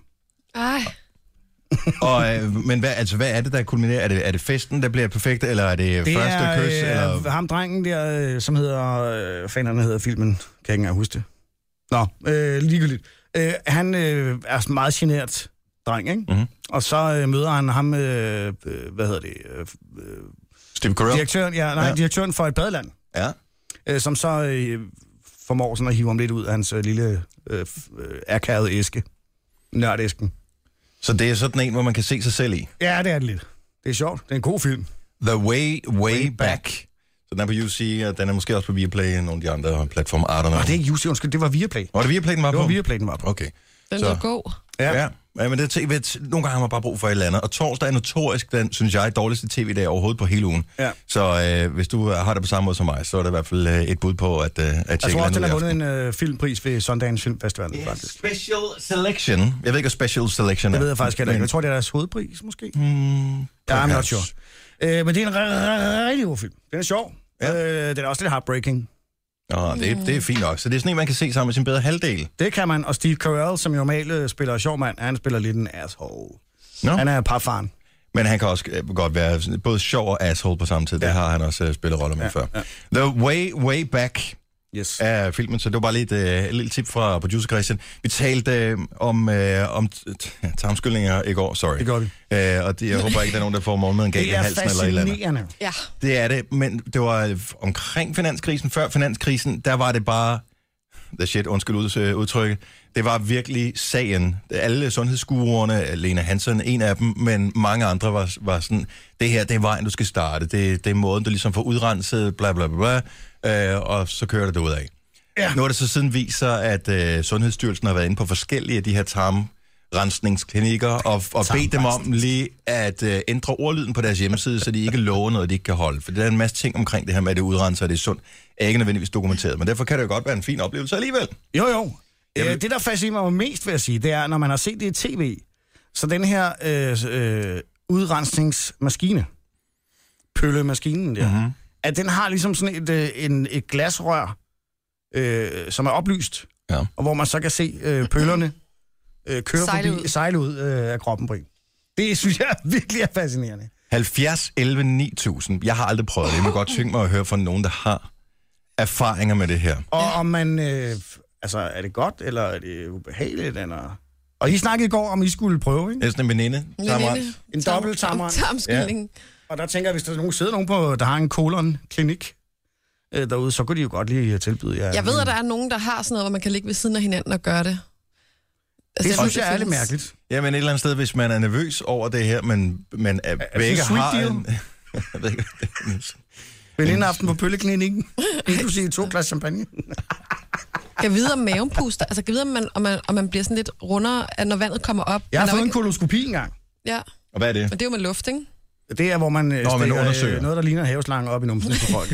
Men hvad er det, der kulminerer? Er det festen, der bliver perfekt, eller er det første kys? Eller? Ham drengen der, som hedder... Fanden hedder filmen. Kan jeg ikke engang huske det. Nå, ligegyldigt. Han er meget genert dreng, ikke? Mm-hmm. Og så møder han ham... Steve Carell? Direktøren for et badeland. Ja. Som så formår sådan at hive ham lidt ud af hans lille akavede æske. Nørdæsken. Så det er sådan en, hvor man kan se sig selv i? Ja, det er det lidt. Det er sjovt. Det er en god film. The Way Back. Så den er på UC, og den er måske også på Viaplay og nogle af de andre platformer. I don't know. Det er ikke UC, undskyld. Det var Viaplay. Var det Viaplay, den var på? Det var Viaplay, den var på. Okay. Den er god. Ja, men det nogle gange har man bare brug for et eller andet. Og torsdag er notorisk den, synes jeg, dårligste tv-dag overhovedet på hele ugen. Ja. Så hvis du har det på samme måde som mig, så er det i hvert fald et bud på at tjekke landet. Jeg tror også, den har vundet en filmpris ved Sundance Film Festival. Faktisk. Special Selection. Jeg ved ikke, hvad Special Selection er. Det ved jeg faktisk heller ikke. Jeg tror, det er deres hovedpris, måske. I'm not sure. Men det er en rigtig god film. Den er sjov. Ja. Den er også lidt heartbreaking. Det er fint nok. Så det er sådan en, man kan se sammen med sin bedre halvdel. Det kan man, og Steve Carell, som jo normalt spiller sjov mand, han spiller lidt en asshole. No. Han er parfaren. Men han kan også godt være både sjov og asshole på samme tid. Det har han også spillet roller med før. Ja. The Way Back af filmen, så det var bare lidt et lille tip fra producer Christian. Vi talte om tarmskyldninger i går, sorry. Det gør vi. Jeg håber ikke, der er nogen, der får morgenmaden galt i halsen eller et eller andet. Det er fascinerende. Ja. Det er det, men det var omkring finanskrisen, før finanskrisen, der var det bare, udtrykket, det var virkelig sagen. Alle sundhedsguruerne, Lena Hansen, en af dem, men mange andre var sådan, det her, det er vejen, du skal starte. Det er måden, du ligesom får udrenset, bla bla bla, og så kører det derudad. Ja. Nu er det så siden viser, at Sundhedsstyrelsen har været inde på forskellige af de her tarmrensningsklinikker, og bedt dem om lige at ændre ordlyden på deres hjemmeside, så de ikke lover noget, de ikke kan holde. For der er en masse ting omkring det her med, at det udrenser, og det er sundt, er ikke nødvendigvis dokumenteret. Men derfor kan det jo godt være en fin oplevelse alligevel. Jo. Det, der fascinerer mig mest, vil jeg sige, det er, når man har set det i tv, så den her udrensningsmaskine, pøllemaskinen der, at den har ligesom sådan et glasrør, som er oplyst, og hvor man så kan se pøllerne sejle ud af kroppen på en. Det synes jeg virkelig er fascinerende. 70 11 9000. Jeg har aldrig prøvet det. Jeg må godt tænke mig at høre fra nogen, der har erfaringer med det her. Og om man... er det godt, eller er det ubehageligt? Eller... Og I snakkede i går, om I skulle prøve, ikke? Det er sådan en veninde. En dobbelt tarmskylling. Ja. Og der tænker jeg, hvis der sidder nogen der har en kolon-klinik derude, så kunne de jo godt lige tilbyde jer. Jeg ved, at der er nogen, der har sådan noget, hvor man kan ligge ved siden af hinanden og gøre det. Altså, det synes jeg er lidt mærkeligt. Ja, men et eller andet sted, hvis man er nervøs over det her, men begge har en... Jeg ved ikke, venindeaften på pølleklinikken, inklusive 2 glas champagne. Kan vide, om maven puster? Altså, kan vide, om man bliver sådan lidt rundere, når vandet kommer op? Jeg har fået en koloskopi engang. Ja. Og hvad er det? Og det er jo med luft, ikke? Det er, hvor man stikker noget, der ligner haveslange op i numsen på folk.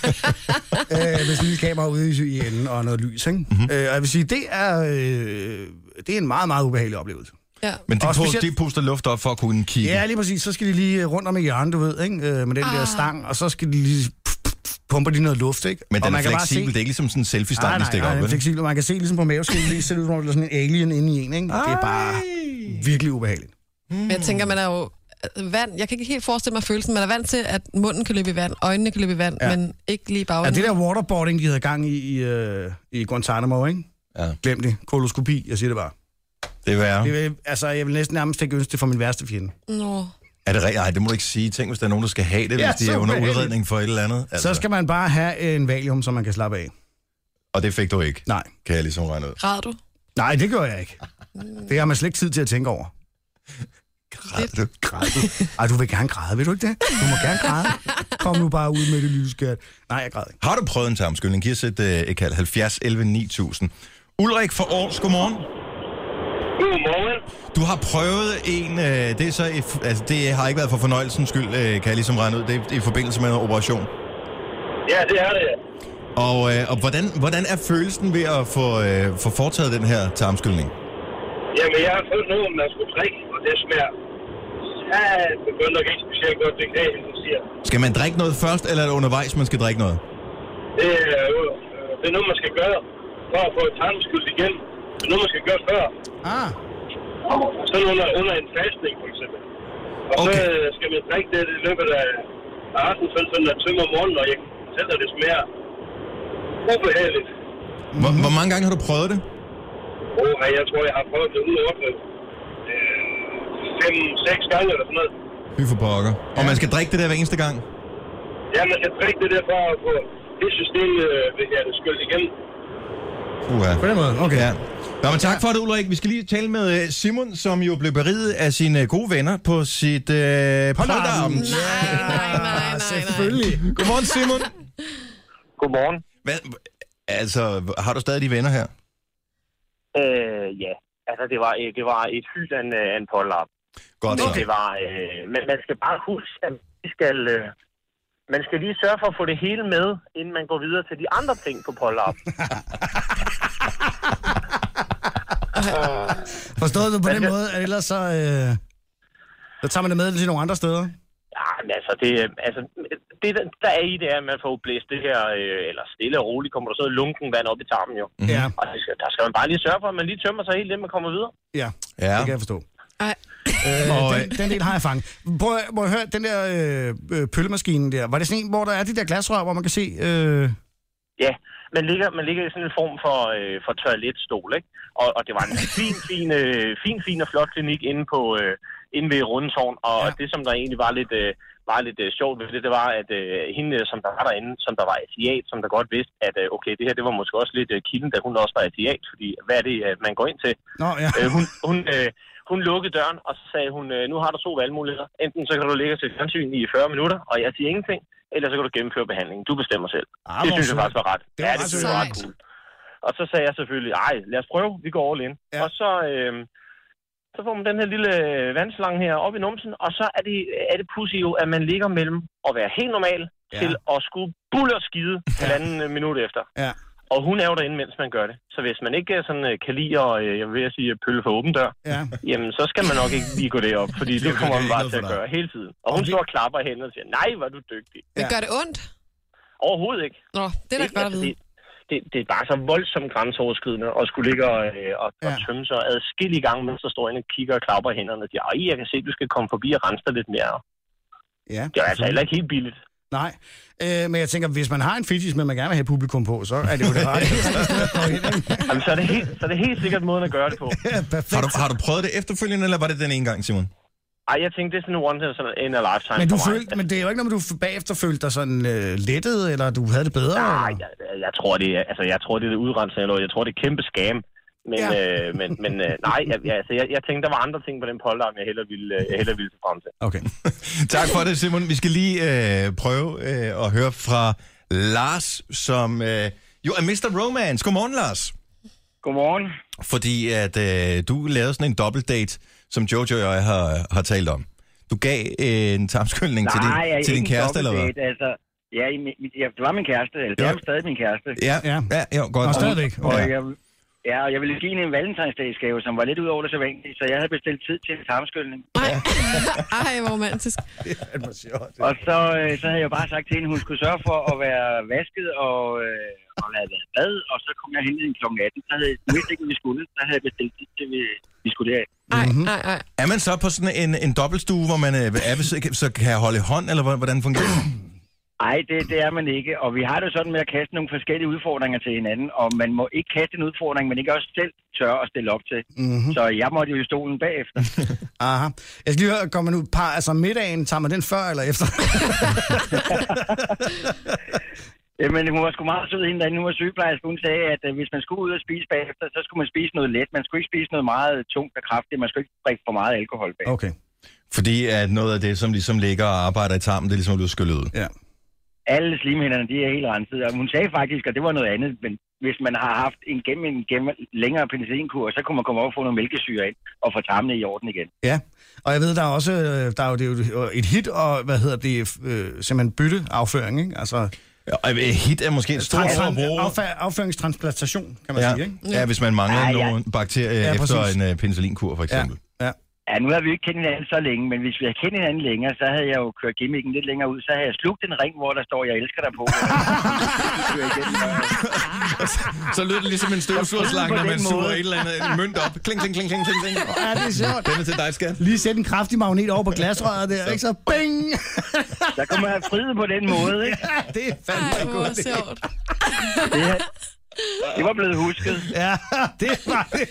Med sådan en lille kamera ude i enden og noget lys, ikke? Og jeg vil sige, det er en meget, meget ubehagelig oplevelse. Ja. Men de puster luft op for at kunne kigge. Ja, lige præcis. Så skal de lige rundt om i hjørnet, du ved, ikke? Med den der stang, og så skal de lige pumper de noget luft, ikke? Men den er fleksibel, det er ikke ligesom sådan en selfie-stang, de stikker op, den er fleksibel, man kan se ligesom på maveskillen, lige ser ud som om der er sådan en alien inde i en, ikke? Det er bare virkelig ubehageligt. Men jeg tænker, man er jo vand. Jeg kan ikke helt forestille mig følelsen. Man er vant til, at munden kan løbe i vand, øjnene kan løbe i vand, men ikke lige bagenden. Ja, det der waterboarding, de havde gang i Guantanamo, ikke? Ja. Glem det. Koloskopi, jeg siger det bare. Det er værre. Jeg vil næsten nærmest ikke ønske det for min værste fjende. Nå. Er det rigtigt? Nej, det må du ikke sige. Tænk, hvis der er nogen, der skal have det, Ja, hvis de er så under ubehageligt. udredning for et eller andet. Altså. Så skal man bare have en valium, som man kan slappe af. Og det fik du ikke? Nej. Kan jeg ligesom regne ud. Græd du? Nej, det gør jeg ikke. Det har man slet ikke tid til at tænke over. Græd du? Ej, du vil gerne græde, vil du ikke det? Du må gerne græde. Kom nu bare ud med det lille skat. Nej, jeg græd ikke. Har du prøvet en tarmskyldning? Giv os et kald. 70 11 9000. Ulrik fra Aarhus, godmorgen. Godmorgen. Du har prøvet en, det er så, altså det har ikke været for fornøjelsens skyld, kan jeg ligesom regne ud. Det er i forbindelse med en operation. Ja, det er det. Og hvordan er følelsen ved at få foretaget den her tarmskyldning? Jamen, jeg har fået noget, man skulle drikke, og det smager. Ja, det begynder nok ikke specielt godt, det kan jeg siger. Skal man drikke noget først, eller er det undervejs, man skal drikke noget? Det er noget, man skal gøre, for at få et tarmskyld igen. Det er noget, man skal gøre før. Sådan under en fastning, for eksempel. Og okay. Så skal man drikke det i løbet af aftenen, sådan at tømmer morgenen, og jeg sætter det smager ubehageligt. Hvor mange gange har du prøvet det? Jeg tror, jeg har prøvet det ud over 5-6 gange eller sådan noget. Fy for pokker. Og man skal drikke det der hver eneste gang? Ja, man skal drikke det der for at få det system, hvis jeg er det skyldt igen. På den måde, okay. Ja. Nå, men tak for det, Ulrik. Vi skal lige tale med Simon, som jo blev beriget af sine gode venner på sit polterabend. Nej. Selvfølgelig. Godmorgen, Simon. Godmorgen. Altså, har du stadig de venner her? Ja. Altså, det var et hyld af en polterab. Godt så. Det var, men man skal bare huske, at man skal lige sørge for at få det hele med, inden man går videre til de andre ting på polterab. Forstået du på den måde, at ellers så tager man det med til nogle andre steder? Ja, men altså, det der er i det er, at man får blæst det her, eller stille og roligt, kommer der så lunken vand op i tarmen jo. Ja. Og der skal man bare lige sørge for, at man lige tømmer sig helt, inden man kommer videre. Ja, det kan jeg forstå. Den del har jeg fanget. Må jeg høre, den der pøllemaskine der, var det sådan en, hvor der er de der glasrør, hvor man kan se... Ja, man ligger i sådan en form for toiletstol, ikke? Og det var en fin og flot klinik inde ved Rundetårn, og det, som der egentlig var lidt sjovt ved det var, at hende, som der var derinde, som der var asiat, som der godt vidste, at okay, det her, det var måske også lidt kilden, da hun også var asiat, fordi hvad er det, man går ind til? Nå, ja. Hun lukkede døren, og så sagde hun, nu har du 2 valgmuligheder. Enten så kan du ligge til fjernsyn i 40 minutter, og jeg siger ingenting, eller så kan du gennemføre behandlingen. Du bestemmer selv. Det synes jeg faktisk var ret. Det synes jeg var ret cool. Og så sagde jeg selvfølgelig, lad os prøve, vi går all in. Ja. Og så får man den her lille vandslange her op i numsen, og så er det pussy jo, at man ligger mellem at være helt normal til at skulle bulle og skide 1,5 minut efter. Ja. Og hun er jo derinde, mens man gør det. Så hvis man ikke sådan, kan lide at, jeg vil sige, pølle for åben dør, jamen så skal man nok ikke lige gå derop, fordi det kommer man bare til at gøre hele tiden. Og hun står og klapper i hænderne og siger, nej, hvor er du dygtig. Men gør det ondt? Overhovedet ikke. Nå, det er da godt at vide. Det er bare så voldsomt grænseoverskridende at skulle ligge og tømme sig adskillige gange, mens der står inde og kigger og klapper i hænderne og siger, jeg kan se, du skal komme forbi og rense dig lidt mere. Ja, det er altså heller ikke helt billigt. Nej, men jeg tænker, hvis man har en fetish, men man gerne vil have publikum på, så er det jo det rette. Jamen, så er det helt sikkert måden at gøre det på. Har du prøvet det efterfølgende, eller var det den ene gang, Simon? Ej, jeg tænkte, det er sådan en one in a lifetime. Men det er jo ikke, når du bagefter følte dig sådan lettet, eller du havde det bedre? Nej, jeg tror, det er udrensning, eller jeg tror, det er kæmpe scam. Men nej, jeg tænkte, der var andre ting på den polterabend, jeg hellere ville til frem til. Okay. Tak for det, Simon. Vi skal lige prøve at høre fra Lars, som jo er Mr. Romance. Godmorgen, Lars. Godmorgen. Fordi at du lavede sådan en dobbeltdate, som Jojo og jeg har talt om. Du gav en tarmskyldning til din kæreste, eller hvad? Altså, det var min kæreste, eller det er stadig min kæreste. Ja, godt. Og stadigvæk. Og jeg ville give hende en valentinsdagsgave, som var lidt ud over det så vanligt, så jeg havde bestilt tid til en tarmskyldning. Ej, hvor romantisk. Og så havde jeg bare sagt til hende, hun skulle sørge for at være vasket og have været bad, og så kom jeg hen i kl. 18. Så havde jeg vidst ikke, hvad vi skulle. Så havde jeg bestilt tid til, vi skulle deraf. Ej. Er man så på sådan en dobbeltstue, hvor man så kan holde i hånd, eller hvordan fungerer det? Nej, det er man ikke, og vi har det sådan med at kaste nogle forskellige udfordringer til hinanden, og man må ikke kaste en udfordring, men ikke også selv tør at stille op til. Så jeg måtte jo i stolen bagefter. Aha. Jeg skal lige høre, går man ud altså middagen, tager man den før eller efter? Men hun var sgu meget sød hende derinde. Hun var sygeplejerske. Hun sagde, at hvis man skulle ud og spise bagefter, så skulle man spise noget let. Man skulle ikke spise noget meget tungt og kraftigt. Man skulle ikke drikke for meget alkohol bag. Okay. Fordi at noget af det, som ligesom ligger og arbejder i tarmen, det er ligesom at blive skyllet ud. Ja. Alle slimhinderne, de er helt renset. Og hun sagde faktisk, at det var noget andet, men hvis man har haft en længere penicillinkur, så kunne man komme over og få noget mælkesyre ind og få tarmene i orden igen. Ja, og jeg ved, der er også det er jo et hit, og simpelthen bytteafføring, ikke? Altså... Hit er måske et stort ord at bruge. Afføringstransplantation, kan man sige, ikke? Ja, hvis man mangler nogle bakterier efter en penicillinkur, for eksempel. Ja. Ja, nu har vi jo ikke kendt hinanden så længe, men hvis vi havde kendt hinanden længere, så havde jeg jo kørt gimmicken lidt længere ud. Så havde jeg slugt en ring, hvor der står, jeg elsker dig på. Så lød det ligesom en støvsugerslange, når man suger et eller andet en mønt op. Kling, kling, kling, kling, kling. Ja, det er sjovt. Den er til dig, skat. Lige sætte en kraftig magnet over på glasrøret der, ikke? Så bing! Så kunne man have friet på den måde, ikke? Ja, det er fandme godt. Sjovt. Det var blevet husket. Ja, det var det.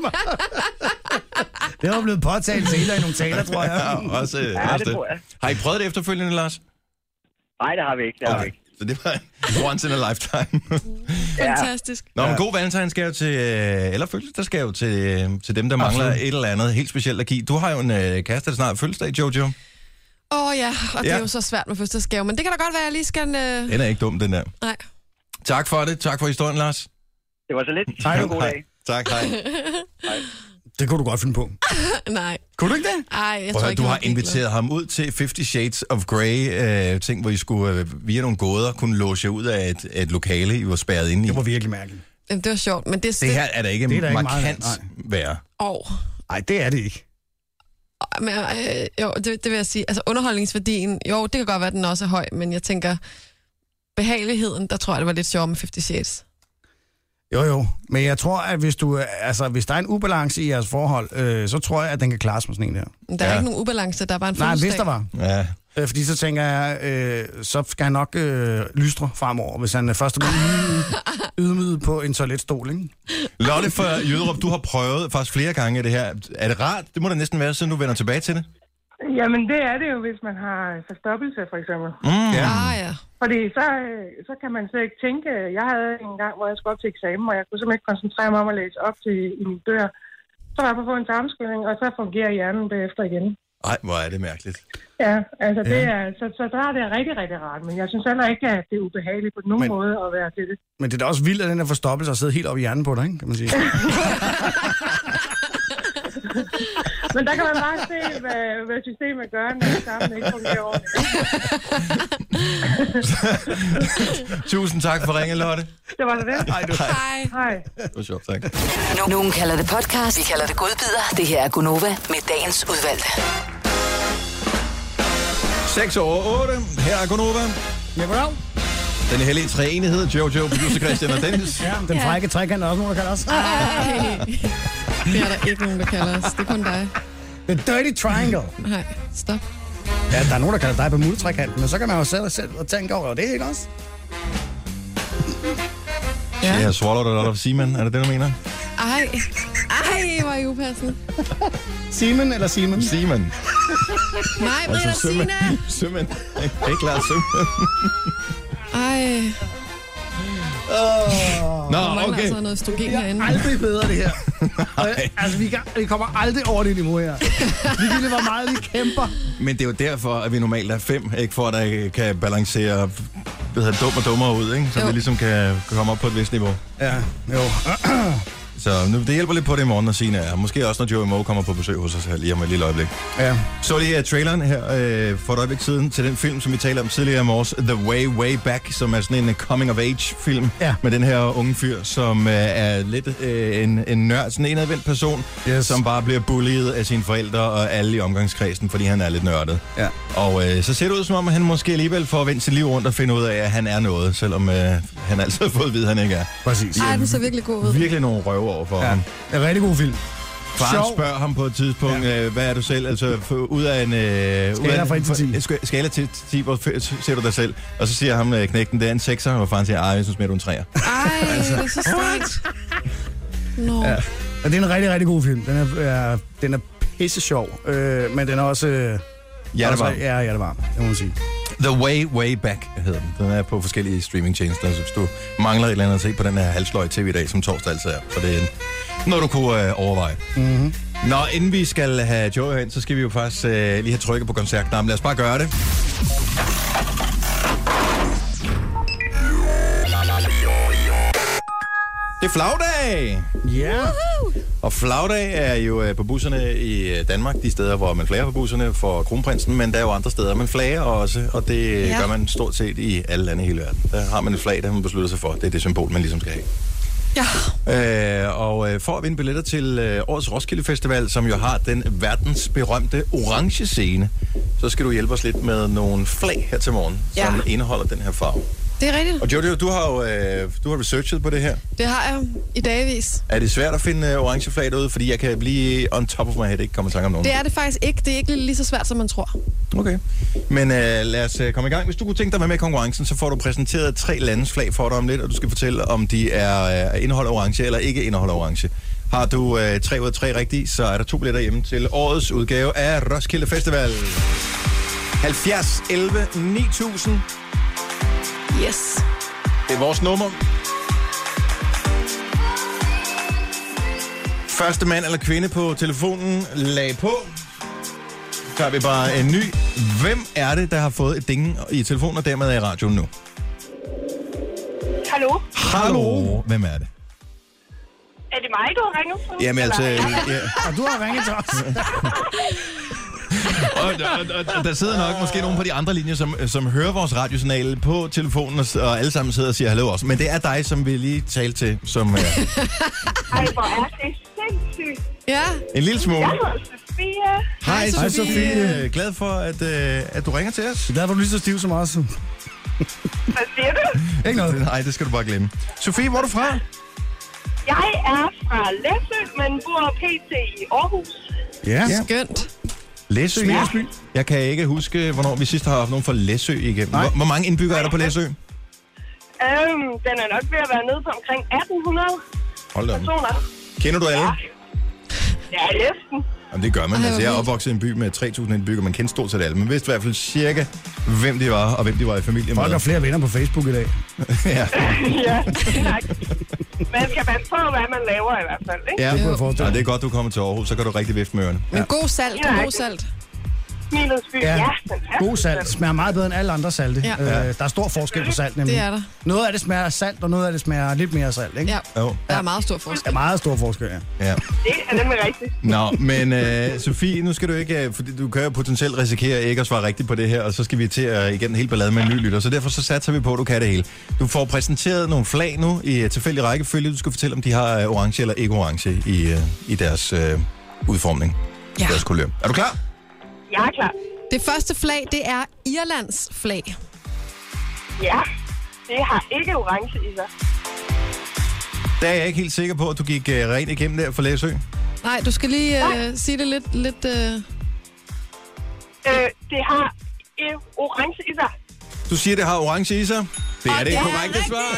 Det var blevet påtalt senere i nogle taler, tror jeg. Ja, også det tror jeg. Har I prøvet det efterfølgende, Lars? Nej, det har vi ikke. Så det var once in a lifetime. Fantastisk. Nå, en god valentinsgave til, eller fødselsdagsgave til dem, der mangler et eller andet helt specielt at give. Du har jo en kæreste, der snart fødselsdag, Jojo. Ja, og det er jo så svært med fødselsdagsgave, men det kan da godt være, at jeg lige skal... Den er ikke dum, den der. Nej. Tak for det. Tak for historien, Lars. Det var så lidt. Hej. En god dag. Tak, hej. Det kunne du godt finde på. Nej. Kunne du ikke det? Ej, jeg tror ikke, du har inviteret ham ud til 50 Shades of Grey, ting, hvor I skulle via nogle gåder kunne låse jer ud af et lokale, I var spærret inde i. Det var virkelig mærkeligt. Jamen, det var sjovt, men det her er da ikke markant værre. Nej, det er det ikke. Men, jo, det vil jeg sige. Altså, underholdningsværdien, jo, det kan godt være, at den også er høj, men jeg tænker, behageligheden, der tror jeg, det var lidt sjovt med 50 Shades. Jo, men jeg tror, at hvis der er en ubalance i jeres forhold, så tror jeg, at den kan klares med sådan en der. Der er ikke nogen ubalance, der er bare en fødselsdag. Nej, hvis der var. Ja. Fordi så tænker jeg, så skal han nok lystre fremover, hvis han først er ydmyget på en toiletstol, ikke? Lotte fra Jyderup, du har prøvet faktisk flere gange det her. Er det rart? Det må da næsten være, siden du vender tilbage til det. Jamen, det er det jo, hvis man har forstoppelse, for eksempel. Ja. Fordi så kan man slet ikke tænke. Jeg havde en gang, hvor jeg skulle op til eksamen, og jeg kunne simpelthen ikke koncentrere mig om at læse op til i min bøger. Så var jeg på at få en tarmskylning, og så fungerer hjernen bagefter igen. Ej, hvor er det mærkeligt. Ja, altså det er, så der er det rigtig, rigtig rart. Men jeg synes heller ikke, at det er ubehageligt på nogen måde at være til det. Men det er da også vildt, at den her forstoppelse har siddet helt op i hjernen på dig, ikke? Kan man sige. Men der kan man bare se, hvad systemet gør, når det sammen ikke fungerer ordentligt. Tusind tak for ringen, Lotte. Det var det. Hej. Det var sjovt, tak. Nogen kalder det podcast, vi kalder det godbidder. Det her er Gunova med dagens udvalgte. 6:08. Her er Gunova. Ja, goddag. Den hellige treenighed, Jojo, producer Christian og Dennis. Ja, den frække trekant er også nogen, der kalder os. Det er der ikke nogen, der kalder os. Det er kun dig. The Dirty Triangle. Nej, stop. Ja, der er nogen, der kalder dig Bermuda-trekanten, men så kan man jo selv tænke over det, ikke også? Ja. Jeg swallowed a lot of semen. Er det det, du mener? Ej, hvor er I upassende. Semen eller Simon? Semen. Nej, Britt og Signe. Sømænd. Ikke klart sømænd. Ej. Nå, okay. Okay. Altså noget østrogen herinde. Aldrig bedre, det her. Altså, vi kommer aldrig over det niveau her. Ligegyldigt, hvor meget vi kæmper. Men det er jo derfor, at vi normalt er 5, ikke? For at der kan balancere dum og dummere ud, ikke? Så vi ligesom kan komme op på et vist niveau. Ja, jo. Så nu, det hjælper lidt på det i morgen, når Signe er. Måske også, når Joey Moe kommer på besøg hos os her lige om et lille øjeblik. Ja. Så lige traileren her for et øjeblik siden til den film, som vi talte om tidligere i morges, The Way, Way Back, som er sådan en coming-of-age-film med den her unge fyr, som er lidt en nørd, sådan en advendt person, som bare bliver bullied af sine forældre og alle i omgangskredsen, fordi han er lidt nørdet. Ja. Og så ser det ud, som om han måske alligevel får vendt sit liv rundt og finde ud af, at han er noget, selvom han altid har fået at vide, at han ikke er. Præcis. Ej, den ser virkelig god ud. Virkelig nogle røver over for ham. Det er en rigtig god film. Faren spørger ham på et tidspunkt, hvad er du selv? Altså, ud af en... skala fra 1 til 10. Skala til 10, hvor ser du dig selv? Og så siger ham, knægten, det er en 6'er, og faren siger, jeg synes mere, du er en 3'er. Ej, det er så strengt. Ja. Og det er en rigtig, rigtig god film. Den er pisse sjov, men den er også... Hjertevarm. Ja, hjertevarm, det må man sige. The Way, Way Back hedder den. Den er på forskellige streamingtjenester, så hvis du mangler et eller andet at se på den her halvsløj tv i dag, som torsdag altså er, så det er noget, du kunne overveje. Mm-hmm. Nå, inden vi skal have Joey hen, så skal vi jo faktisk lige have trykket på koncertknappen. Lad os bare gøre det. Det er flagdag! Ja! Yeah. Og flagdag er jo på busserne i Danmark, de steder, hvor man flager på busserne for kronprinsen, men der er jo andre steder, man flager også, og det gør man stort set i alle lande i hele verden. Der har man et flag, der man beslutter sig for. Det er det symbol, man ligesom skal have. Ja. Og for at vinde billetter til årets Roskilde Festival, som jo har den verdensberømte orange scene, så skal du hjælpe os lidt med nogle flag her til morgen, som indeholder den her farve. Det er rigtigt. Og Jojo, du har researchet på det her. Det har jeg i dagevis. Er det svært at finde orange flag derude? Fordi jeg kan blive on top of my head, ikke komme i tanke om nogen. Det er det faktisk ikke. Det er ikke lige så svært, som man tror. Okay. Men lad os komme i gang. Hvis du kunne tænke dig at være med i konkurrencen, så får du præsenteret 3 landes flag for dig om lidt, og du skal fortælle, om de er indeholder orange eller ikke indeholder orange. Har du 3 ud af 3 rigtige, så er der 2 billetter hjemme til årets udgave af Roskilde Festival. 70 11 9000. Yes. Det er vores nummer. Første mand eller kvinde på telefonen lag på. Så tager vi bare en ny. Hvem er det, der har fået et ding i telefonen og dermed er i radioen nu? Hallo? Hallo. Hvem er det? Er det mig, du har ringet på? Jamen altså... Ja. Og du har ringet til os. og der sidder nok måske nogen på de andre linjer, som hører vores radiosignal på telefonen, og alle sammen sidder og siger hallo også. Men det er dig, som vi lige talte til, som... Ej, hvor er det sindssygt. Ja. En lille smule. Jeg hedder Sofia. Hej Sofie. Glad for, at du ringer til os. Glad for, at du lige så stiv som os. Hvad siger du? Ikke noget. Nej, det skal du bare glemme. Sofie, hvor er du fra? Jeg er fra Læsø, men bor pt. i Aarhus. Ja. Skønt. Læsø? Ja. Jeg kan ikke huske, hvornår vi sidst har haft nogen fra Læsø igennem. Hvor mange indbyggere er der på Læsø? Den er nok ved at være nede på omkring 1800 personer. Kender du alle? Ja, næsten. Jamen, det gør man. Altså, jeg er opvokset i en by med 3.000 indbyggere. Man kendte stort set alle. Man vidste i hvert fald cirka, hvem de var, og hvem de var i familie med. Folk har flere venner på Facebook i dag. Ja. Ja, tak. Man skal passe på, hvad man laver i hvert fald, ikke? Ja, det er godt, du kommer til Aarhus. Så kan du rigtig vifte med ørerne. Men god salt, god salt. Ja, god salt. Smager meget bedre end alle andre salte. Ja. Der er stor forskel på salt, nemlig. Det er der. Noget af det smager salt, og noget af det smager lidt mere salt, ikke? Ja, der er meget stor forskel. Der er meget stor forskel, ja. Det er nemlig rigtigt. Nå, men Sofie, nu skal du ikke, fordi du kan jo potentielt risikere ikke at svare rigtigt på det her, og så skal vi til at igen hele balladen med en ny lytter, så derfor så satser vi på, at du kan det hele. Du får præsenteret nogle flag nu i tilfældig rækkefølge. Du skal fortælle, om de har orange eller ikke orange i deres udformning, deres kulør. Er du klar? Jeg er klar. Det første flag, det er Irlands flag. Ja, det har ikke orange i sig. Der er jeg ikke helt sikker på, at du gik rent igennem der for Læsø. Nej, du skal lige sige det lidt... Det har orange i sig. Du siger, det har orange i sig. Det er det korrekte svar.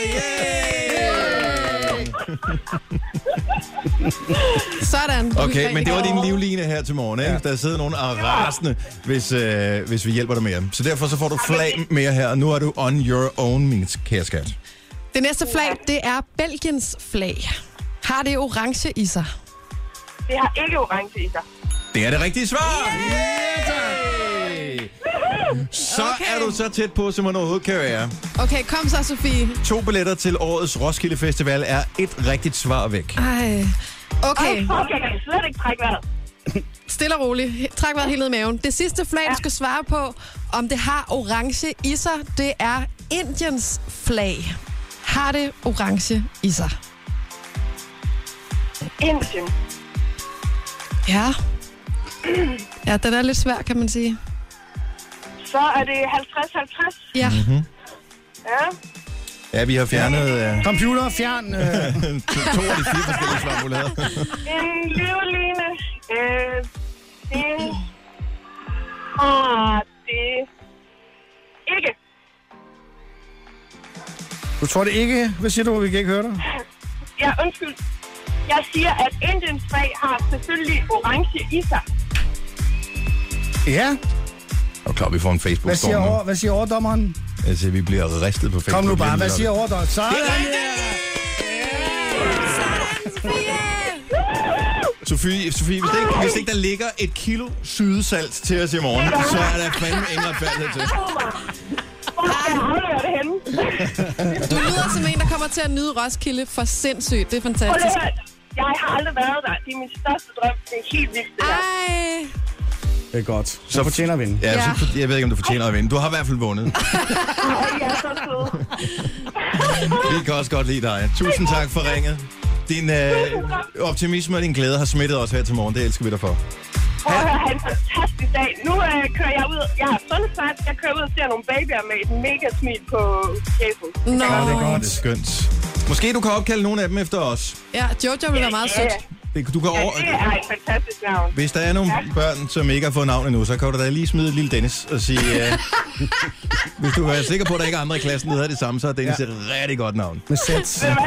Sådan. Okay, men det var din livline her til morgen, ikke? Ja. Der sidder nogen og rasende, hvis vi hjælper dig mere. Så derfor så får du flag mere her, og nu er du on your own, min kære skat. Det næste flag, det er Belgiens flag. Har det orange i sig? Det har ikke orange i sig. Det er det rigtige svar! Yeah! Så er du så tæt på, som man overhovedet kan være. Okay, kom så, Sofie. 2 billetter til årets Roskilde Festival er et rigtigt svar væk. Ej. Okay. Okay, jeg kan slet ikke trække vejret. Stille og roligt. Træk vejret helt ned i maven. Det sidste flag, du skal svare på, om det har orange i sig, det er Indiens flag. Har det orange i sig? Indien. Ja. Ja, den er lidt svær, kan man sige. Så er det 50-50. Ja. Mm-hmm. Ja. Ja, vi har fjernet... Computer, fjern... 2 af de 4 forskellige svarmuligheder. En livline. Det har det ikke. Du tror det ikke? Hvad siger du? Vi kan ikke høre dig. Ja, undskyld. Jeg siger, at Indiens flag har selvfølgelig orange i sig. Ja. Og klar, vi får en Facebook-storm. Hvad siger overdommeren? Altså, vi bliver ristet på Facebook. Kom nu bare, hvad siger overdommeren? Så Sofie, hvis ikke der ligger 1 kilo sydesalt til os i morgen, så er der fandme ingen retfærdighed til. Du lyder som en, der kommer til at nyde Roskilde for sindssygt. Det er fantastisk. Jeg har aldrig været der. Det er min største drøm. Det er helt vildt, det her. Ej. Det er godt. Så fortjener at vinde. Ja, jeg ved ikke, om du fortjener at vinde. Du har i hvert fald vundet. Jeg er så sød. Vi kan også godt lide dig. Tusind tak for ringet. Din optimisme og din glæde har smittet os her til morgen. Det elsker vi dig for. Prøv at have en fantastisk dag. Nu kører jeg ud. Jeg har sundhedsfart. Jeg kører ud og ser nogle babyer med et mega smil på Facebook. Nå. Det er godt. Det er skønt. Måske du kan opkalde nogle af dem efter os. Ja, Jojo vil være meget sødt. Du kan det er et fantastisk navn. Hvis der er nogle børn, som ikke har fået navn endnu, så kan du da lige smide lille Dennis og sige... hvis du er sikker på, at der ikke er andre i klassen, der hedder det samme, så er Dennis et rigtig godt navn. Med sæt. Jeg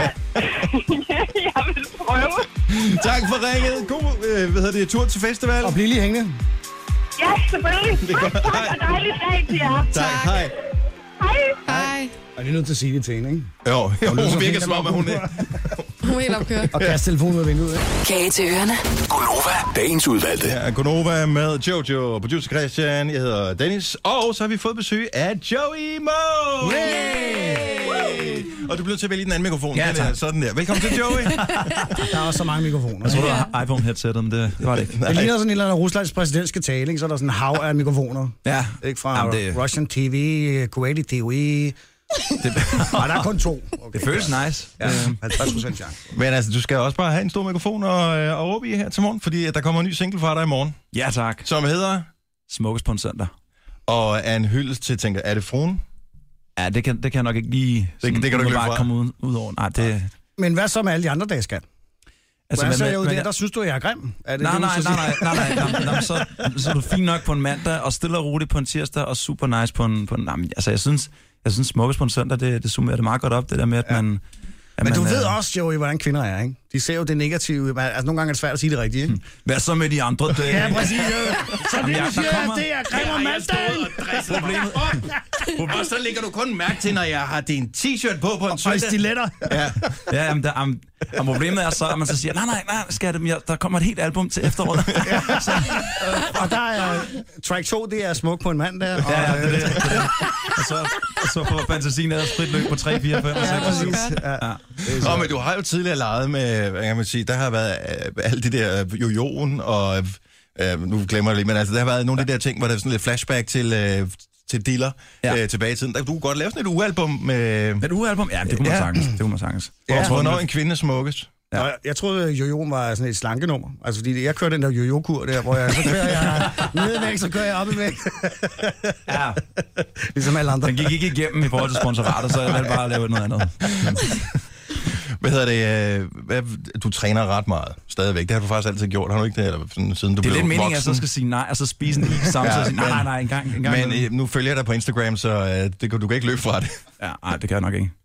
vil prøve. Tak for ringet. God tur til festival. Og bliv lige hængende. Ja, selvfølgelig. Tak og dejlig dag til jer. Tak. Hej. Hej. Og det er nødt til at sige det til hende, ikke? Jo, hun virker som om, at hun er... Hun er helt opkørt. Og kaste telefonen ud af vinduet, ikke? Kage til ørerne. Gonova, dagens udvalgte. Ja, Gonova med Jojo, producer Christian, jeg hedder Dennis, og så har vi fået besøg af Joey Moe! Hey! Og du bliver til at vælge den anden mikrofon. Ja, tak. Sådan der. Velkommen til, Joey. Der er også så mange mikrofoner. Jeg tror, du har iPhone-headsetet, men det var det ikke. Det ligner sådan en eller anden Ruslands præsident skal tale, ikke? Så er der sådan en hav af mikrofoner. Ja. Ikke fra Russian TV, Kuwaiti TV... Og der er kun 2. Okay. Det føles nice. Ja, 50% chance. Men altså, du skal også bare have en stor mikrofon og råbe i her til morgen, fordi der kommer en ny single fra dig i morgen. Ja, tak. Som hedder... Smukkes på en søndag. Og er en hyldest til, tænker, er det fruen? Ja, det kan jeg nok ikke lige... Det kan du ikke løbe fra. Komme ud over. Nej, det... Men hvad så med alle de andre dage, skat? Altså, hvad jeg ud der synes du, jeg er grim? Er det nej. Så er du fint nok på en mandag, og stille og roligt på en tirsdag, og super nice på en altså, jeg synes smukkes på en søndag, det summerer det meget godt op, det der med, at man... Men du ved også, Joey, hvordan kvinder er, ikke? De ser jo det negative. Altså, nogle gange er det svært at sige det rigtige, ikke? Hvad så med de andre dage? Ja, præcis. Så det, du siger, det er grim om mandagen. Og så lægger du kun mærke til, når jeg har din t-shirt på en søndag. Og stiletter. Ja, og problemet er så, at man så siger, nej, skat, der kommer et helt album til efteråret. Og der er track 2, det er smuk på en mandag. Ja, det er det. Og så får fantasien af spritløb på 3, 4, 5 og 6. Ja. Men du har jo tidligere leget med, hvad kan man sige, der har været alle de der jojoen, og nu glemmer jeg lige, men altså, der har været nogle af de der ting, hvor der er sådan lidt flashback til dealer tilbage i tiden. Der, du kunne godt lave sådan et ugealbum med... Et ugealbum? Ja, det kunne man sagtens. Det kunne man sagtens. Ja, hvornår en kvinde smukkes? Ja. Jeg troede, jojoen var sådan et slankenummer. Altså, fordi jeg kører den der jojo-kur der, hvor så kører jeg nedvæk, så kører jeg op i væk. Ja. Ligesom alle andre. Den gik ikke igennem i forhold til sponsorater, så jeg valgte bare at lave noget andet. Hvad hedder det? Du træner ret meget stadigvæk. Det har du faktisk altid gjort, har du ikke det? Eller siden du blev voksen? Det er lidt meningen, at jeg så skal sige nej, og så spise en is samtidig og sige nej, en gang. Men nu følger jeg dig på Instagram, så du kan ikke løbe fra det. Ja, nej, det kan jeg nok ikke.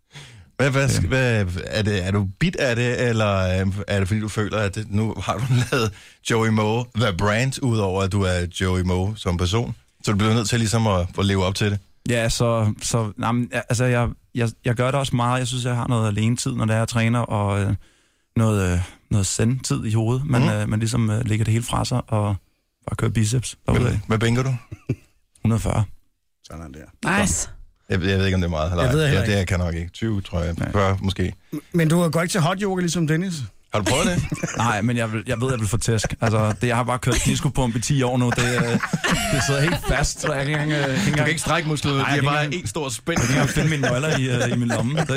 Er du bit af det, eller er det fordi, du føler, at nu har du lavet Joey Moe, the brand, udover at du er Joey Moe som person? Så du bliver nødt til ligesom at leve op til det? Ja, altså jeg gør det også meget. Jeg synes, jeg har noget alene-tid, når jeg træner, og noget send-tid i hovedet. Man ligesom lægger det hele fra sig, og bare kører biceps derudad. Hvad bænker du? 140. Sådan der. Nice. Jeg ved ikke, om det er meget. Eller, det kan nok ikke. 20, tror jeg. 40 måske. Men du går ikke til hot yoga ligesom Dennis? Har du prøvet det? Nej, men jeg ved, jeg vil få tæsk. Altså, jeg har bare kørt disco-pump i 10 år nu. Det sidder helt fast, så jeg kan ikke... Du kan ikke strække muskler. Det er bare en stor spænd. Jeg kan ikke finde mine nøgler i min lomme. Er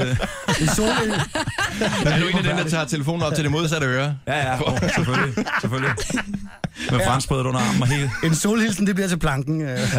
du en af dem, der tager telefonen op til det modsatte øre? Ja, selvfølgelig. Med franskbrødet under armen og hele. En solhilsen, det bliver til planken.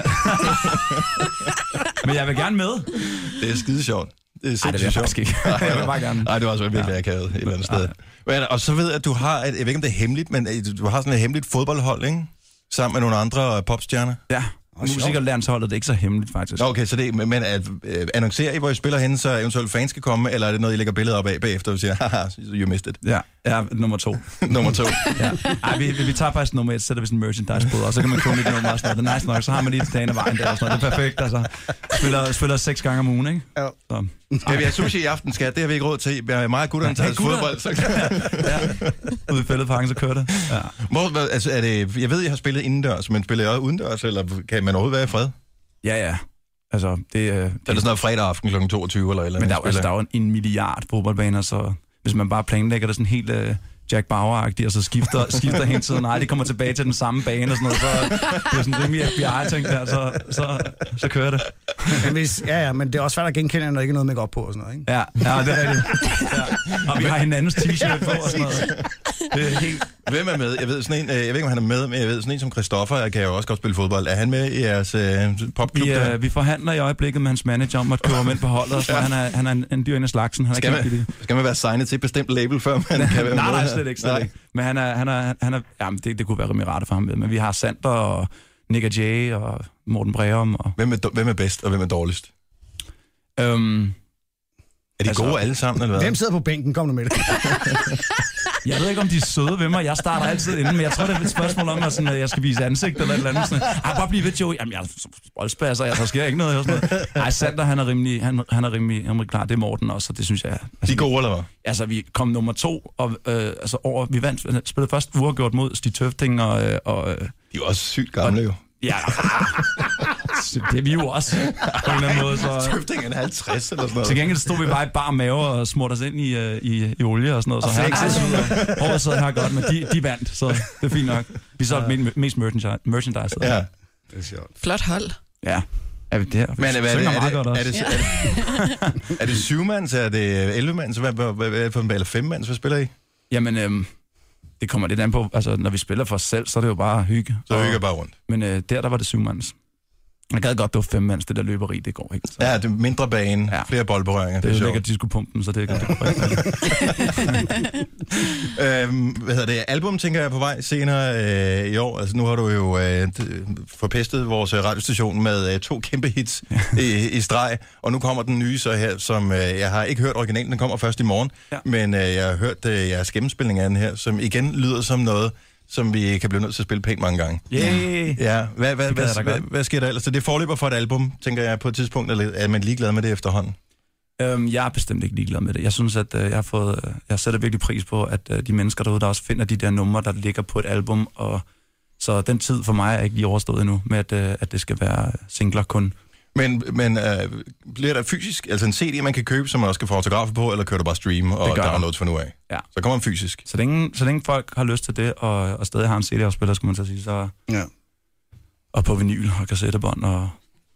Men jeg vil gerne med. Det er skide sjovt. Det vil jeg faktisk ikke. Jeg vil bare gerne. Nej, det var også virkelig akavet et eller andet sted. Men, og så ved jeg, at du har, jeg ved ikke, om det er hemmeligt, men du har sådan et hemmeligt fodboldhold, ikke? Sammen med nogle andre popstjerner. Ja, Musikerlandsholdet, det er ikke så hemmeligt, faktisk. Okay, så det, men annoncerer I, hvor I spiller henne, så eventuelt fans skal komme, eller er det noget, I lægger billeder op af bagefter, og siger, haha, you missed it? Ja, nummer 2. Nummer 2. Ja. Ej, vi tager faktisk nummer 1, sætter vi sådan en merchandise-bod, og så kan man komme lidt nummer og sådan noget. Det er nice nok, så har man lige et dagen af vejen der og sådan noget. Det er perfekt, altså. Spiller 6 gange om ugen, ikke? Ja. Skal vi have sushi i aften, skat? Det har vi ikke råd til. Vi har meget gutterne tager fodbold. Så... ja. Ude i fældeparken, så kører det. Ja. Altså, er det, jeg ved, I har spillet indendørs, men spiller I også udendørs, eller kan man overhovedet være i fred? Ja. Altså, det er sådan noget fredag aften kl. 22 eller eller. Men der er jo en milliard fodboldbaner, så hvis man bare planlægger det sådan helt Jack Bauer-agtigt, og så skifter hele tiden, nej, det kommer tilbage til den samme bane og sådan noget, så det er sådan rimelig FBI-ting der, så kører det. Men det er også svært at genkende, når der ikke er noget make-up på og sådan noget, ikke? Ja, det er rigtigt. Ja. Og vi har hinandens t-shirt på og sådan noget. Det er helt... Hvem er med? Jeg ved ikke, om han er med, men jeg ved sådan en som Christoffer, kan jo også godt spille fodbold. Er han med i jeres popklub der? Vi forhandler i øjeblikket med hans manager om at købe ham ind på holdet, så han er en dyr ind i slagsen. Skal man være signet til et bestemt label, før man kan være med? Nej, slet ikke. Men han er jamen, det kunne være rimelig rart for ham med. Men vi har Sander og Nick og Jay og Morten Breum. Og... Hvem er bedst, og hvem er dårligst? Er de gode alle sammen, eller hvad? Hvem sidder på bænken? Kom nu med det. Jeg ved ikke, om de er søde ved mig. Jeg starter altid inden, men jeg tror, det er et spørgsmål om, at jeg skal vise ansigt eller et eller andet. Bare blive ved, Joey. Jamen, jeg er boldspasser, der sker ikke noget. Nej, Sander, han er rimelig klar. Det er Morten også, og det synes jeg... Altså, de er gode, eller hvad? Altså, vi kom nummer 2, og vi spillede først uafgjort mod Stig Tøfting, og... De er jo også sygt gamle, jo. Ja, det er vi jo også på en eller anden måde. Så... Tøfting er 50 eller sådan noget. Til gengæld stod vi bare i bar mave og smurte os ind i olie og sådan noget. Så håret sad her godt, men de vandt, så det er fint nok. Vi solgte mest merchandise. Ja, det er sjovt. Flot hold. Ja. Er det her? Men er det 7-mands, er det 11-mands, hvad er det for en ball? 5-mands, hvad spiller I? Jamen, det kommer lidt an på, altså når vi spiller for os selv, så er det jo bare hygge. Så hygge bare rundt. Men der var det 7-mands. Jeg gad godt, det var 5-mands, det der løberi, det går ikke. Så. Ja, det er mindre bane, flere boldberøringer. Det er jo lækkert disco-pumpen, så det går ikke. Album, tænker jeg, på vej senere i år. Altså nu har du jo forpestet vores radiostation med 2 kæmpe hits i streg, og nu kommer den nye så her, som jeg har ikke hørt originalen, den kommer først i morgen, men jeg har hørt jeres gennemspilning af den her, som igen lyder som noget, som vi kan blive nødt til at spille pænt mange gange. Ja. Hvad sker der ellers? Så det forløber for et album, tænker jeg, på et tidspunkt, eller er man ligeglad med det efterhånden? Jeg er bestemt ikke ligeglad med det. Jeg synes, at jeg sætter virkelig pris på, at de mennesker derude, der også finder de der numre, der ligger på et album, og så den tid for mig er ikke lige overstået endnu, med at det skal være singler kun. Men bliver der fysisk, altså en CD, man kan købe, som man også kan få autografer på, eller kører du bare stream og downloads for nu af? Ja. Så kommer man fysisk. Så længe folk har lyst til det, og stadig har en CD-afspiller, skulle man så sige, så... Ja. Og på vinyl og kassettebånd og...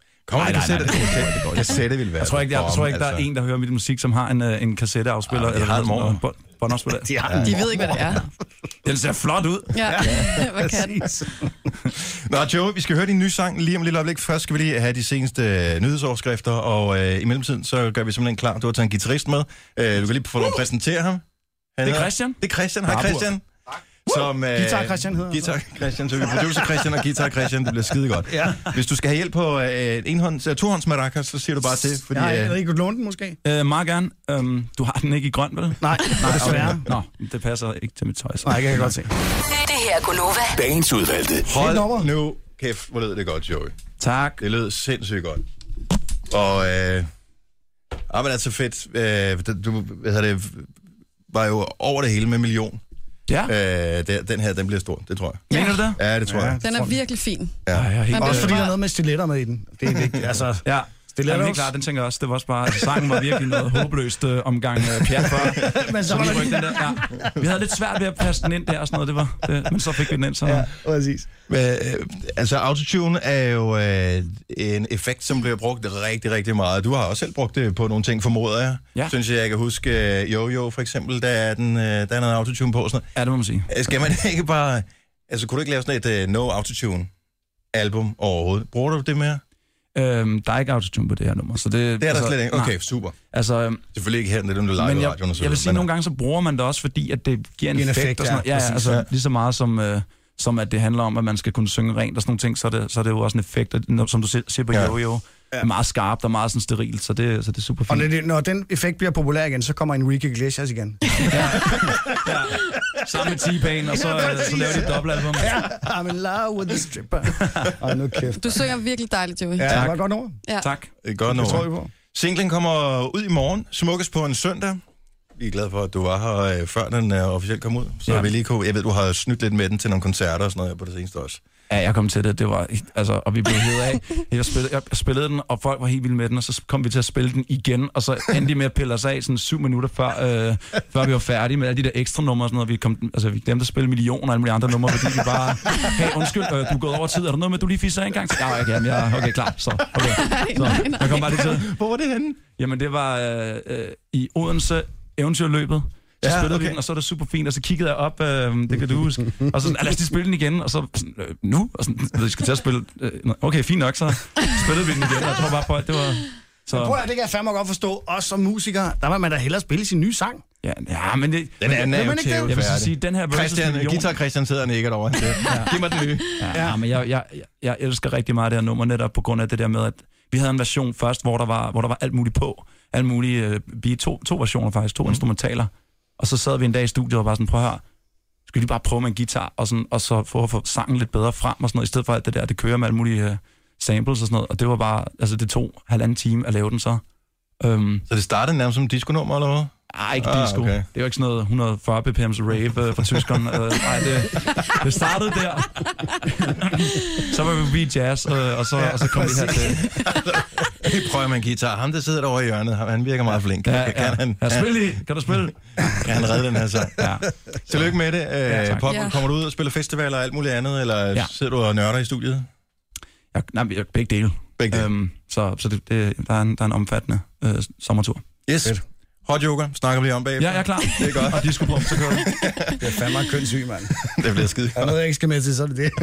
Kassette vil være... Jeg tror ikke, der er en, der hører mit musik, som har en kassetteafspiller. Ja, de har en morgen. Båndafspiller. De ved ikke, hvad det er. Den ser flot ud. Ja, hvad kan den? Nå, Joe, vi skal høre din nye sang lige om lidt øjeblik. Først skal vi lige have de seneste nyhedsoverskrifter, og i mellemtiden, så gør vi simpelthen klar. Du har taget en guitarist med. Du kan lige få lov at præsentere ham. Det er Christian. Det er Christian. Hej, Christian. Som, Guitar Christian hedder Guitar Christian, så vi producer Christian og Guitar Christian, det bliver skide godt. Ja. Hvis du skal have hjælp på tohånds maracas, så siger du bare til. Fordi, jeg ved ikke, du låne den måske? Meget gerne. Du har den ikke i grøn, vel? Nej, desværre. Nå, det passer ikke til mit tøj. Nej, det kan jeg godt se. Det her er Gunova. Dagens udvalgte. Hold nu kæft, hvor lød det godt, Joey. Tak. Det lød sindssygt godt. Og men altså fedt. Du var jo over det hele med 1 million. Ja. Den her, den bliver stor, det tror jeg. Mener du det? Ja, det tror jeg. Den er virkelig fin. Ja. Også fordi der er noget med stiletter med i den. Det er vigtigt. Altså, ja. Det er helt klart, den tænker jeg også. Det var også bare, sangen var virkelig noget håbløst omgang Pierre før. Men så var den der. Ja. Vi havde lidt svært ved at passe den ind der og sådan noget, men så fik vi den ind. Så. Ja, præcis. Altså, autotune er jo en effekt, som bliver brugt rigtig, rigtig meget. Du har også selv brugt det på nogle ting, formoder jeg. Ja. Synes jeg kan huske Yo-Yo for eksempel, der er noget autotune på. Sådan noget. Ja, det må man sige. Skal man ikke bare... Altså, kunne du ikke lave sådan et no autotune album overhovedet? Bruger du det mere? Der er ikke autotune på det her nummer. Så det er der slet ikke? Okay, super. Altså, selvfølgelig ikke her, det er dem, du live i radioen. Jeg vil sige, nogle gange så bruger man det også, fordi at det giver en effekt og sådan noget. Ja, altså lige så meget som at det handler om, at man skal kunne synge rent og sådan nogle ting, så er det jo også en effekt, og, som du siger på Yo-Yo, meget skarpt og meget sådan sterilt, så det er super fint. Og når den effekt bliver populær igen, så kommer Enrique Iglesias igen. Sammen med T-Pain, og så laver de et dobbeltalbum. I'm in love with the stripper. Nu kæft. Du synger virkelig dejligt, Joey. Ja, det var et godt nummer. Ja. Tak. Et godt nummer. Singlen kommer ud i morgen, smukkes på en søndag. Vi er glade for, at du var her, før den officielt kom ud. Så vi lige kunne, jeg ved, du har snydt lidt med den til nogle koncerter og sådan noget på det seneste også. Ja, jeg kom til det. Det var, altså, og vi blev hævet af. Jeg spillede den, og folk var helt vilde med den, og så kom vi til at spille den igen, og så endte de med at pille os af sådan 7 minutter før vi var færdige med alle de der ekstra numre og sådan noget. Vi glemte at spille millioner og alle mulige andre numre, fordi vi bare, hey, undskyld, du er gået over tid. Er der noget med, at du lige fisser en gang? Ja, jeg er okay, klar. Så, jeg kom bare lige til. Hvor var det henne? Jamen, det var i Odense Eventyrløbet. Så spillede vi den, og så er det super fint, og så kiggede jeg op, det kan du huske, og så lad os lige spille den igen, og så nu, og sådan, vi skal til at spille, okay, fint nok, så spillede vi den igen, og jeg tror bare på, at det var... Så... Men prøv at, det kan jeg fandme godt forstå, også som musiker, der var man da hellere spille sin nye sang. Ja, men det... Den anden er jo jeg vil sige, den her Guitar Christian sidder og nikker derovre. Giv mig den nye. Ja, men jeg elsker rigtig meget det her nummer, netop på grund af det der med, at vi havde en version først, hvor der var alt muligt på, alt muligt, to versioner faktisk, 2 instrumentaler. Og så sad vi en dag i studiet og var sådan, prøv at høre, skal vi lige bare prøve med en guitar, og så få sangen lidt bedre frem, og sådan noget, i stedet for alt det der, det kører med alle mulige samples og sådan noget, og det var bare, altså det tog 1,5 time at lave den så. Så det startede nærmest som disco-nummer, eller hvad? Nej, ikke disco. Okay. Det er jo ikke sådan noget 140 bpm's rave fra tyskerne. Nej, det startede der. Så var vi forbi jazz, og så kom vi her til. Vi prøver med en guitar. Ham, der sidder derovre i hjørnet, han virker meget flink. Kan du spille? Kan han redde den her sang? Ja. Tillykke med det. Kommer du ud og spiller festivaler og alt muligt andet, eller sidder du og nørder i studiet? Begge dele. Så der er en omfattende sommertur. Yes. Fedt. Hot yoga, snakker vi lige om bagefter. Ja, jeg er klar. Det er godt. Og disco-brum, så kører vi. Det er fandme en kønssyg, mand. Det bliver skide. Der er noget, jeg ikke skal med til, så er det det.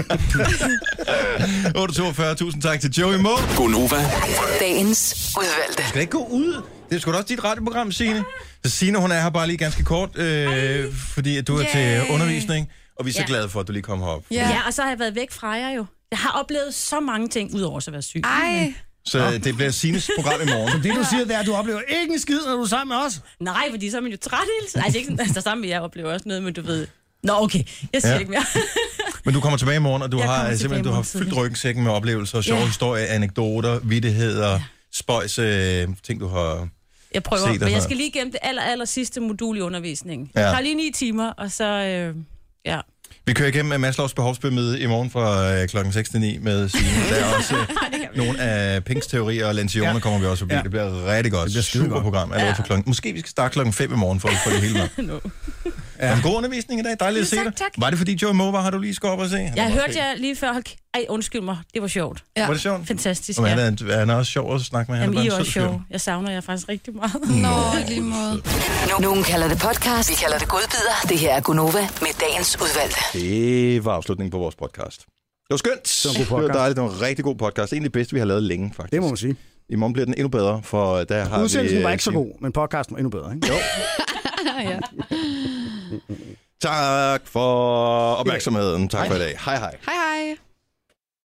842.000 tak til Joey Moe. Gonova. Dagens udvalgte. Du skal ikke gå ud. Det er sgu da også dit radioprogram, Signe. Så Signe, hun er her bare lige ganske kort, fordi at du er til undervisning. Og vi er så glade for, at du lige kom herop. Ja, og så har jeg været væk fra jer jo. Jeg har oplevet så mange ting, udover at være syg. Ej. Så det bliver Signes program i morgen. Så det, du siger, det er, at du oplever ikke en skid, når du er sammen med os? Nej, fordi så er man jo træt hele tiden. Altså ikke sådan, altså sammen med jer oplever også noget, men du ved... Nå, okay, jeg siger ikke mere. Men du kommer tilbage i morgen, og du har fyldt rygsækken med oplevelser, sjove historier, anekdoter, vittigheder, spøjs, ting, du har... Jeg prøver, men jeg skal lige gennem det aller sidste modul i undervisningen. Jeg tager lige 9 timer, og så... Vi kører igennem Maslows behovspyramide i morgen fra klokken 6 til 9 med Signe. Der er også nogle af Pinks teorier og Lencioni kommer vi også forbi. Det bliver rigtig godt. Det bliver super program. Måske vi skal starte klokken 5 i morgen for at få det hele med. En god undervisning i dag. Dejligt at se dig. Var det fordi Joey Moe var, har du lige skulle op og se? Jeg hørte jer lige før. Ej, undskyld mig. Det var sjovt. Ja. Var det sjovt? Fantastisk, Er han også sjov at snakke med? Jamen, I er også sjov. Jeg savner jer faktisk rigtig meget. Nå, lige måde. Nogen kalder det podcast, vi kalder det godbidder. Det her er Gonova med dagens udvalgte. Det var afslutningen på vores podcast. Det var skønt. Det var dejligt. Det var en rigtig god podcast. En af de bedste, vi har lavet længe, faktisk. Det må man sige. I morgen bliver den endnu bedre, for der har udsendelsen var ikke så god, men podcasten var endnu bedre, ikke? Jo. Ja. Tak for opmærksomheden. Tak for i dag. Hej hej. Hej hej.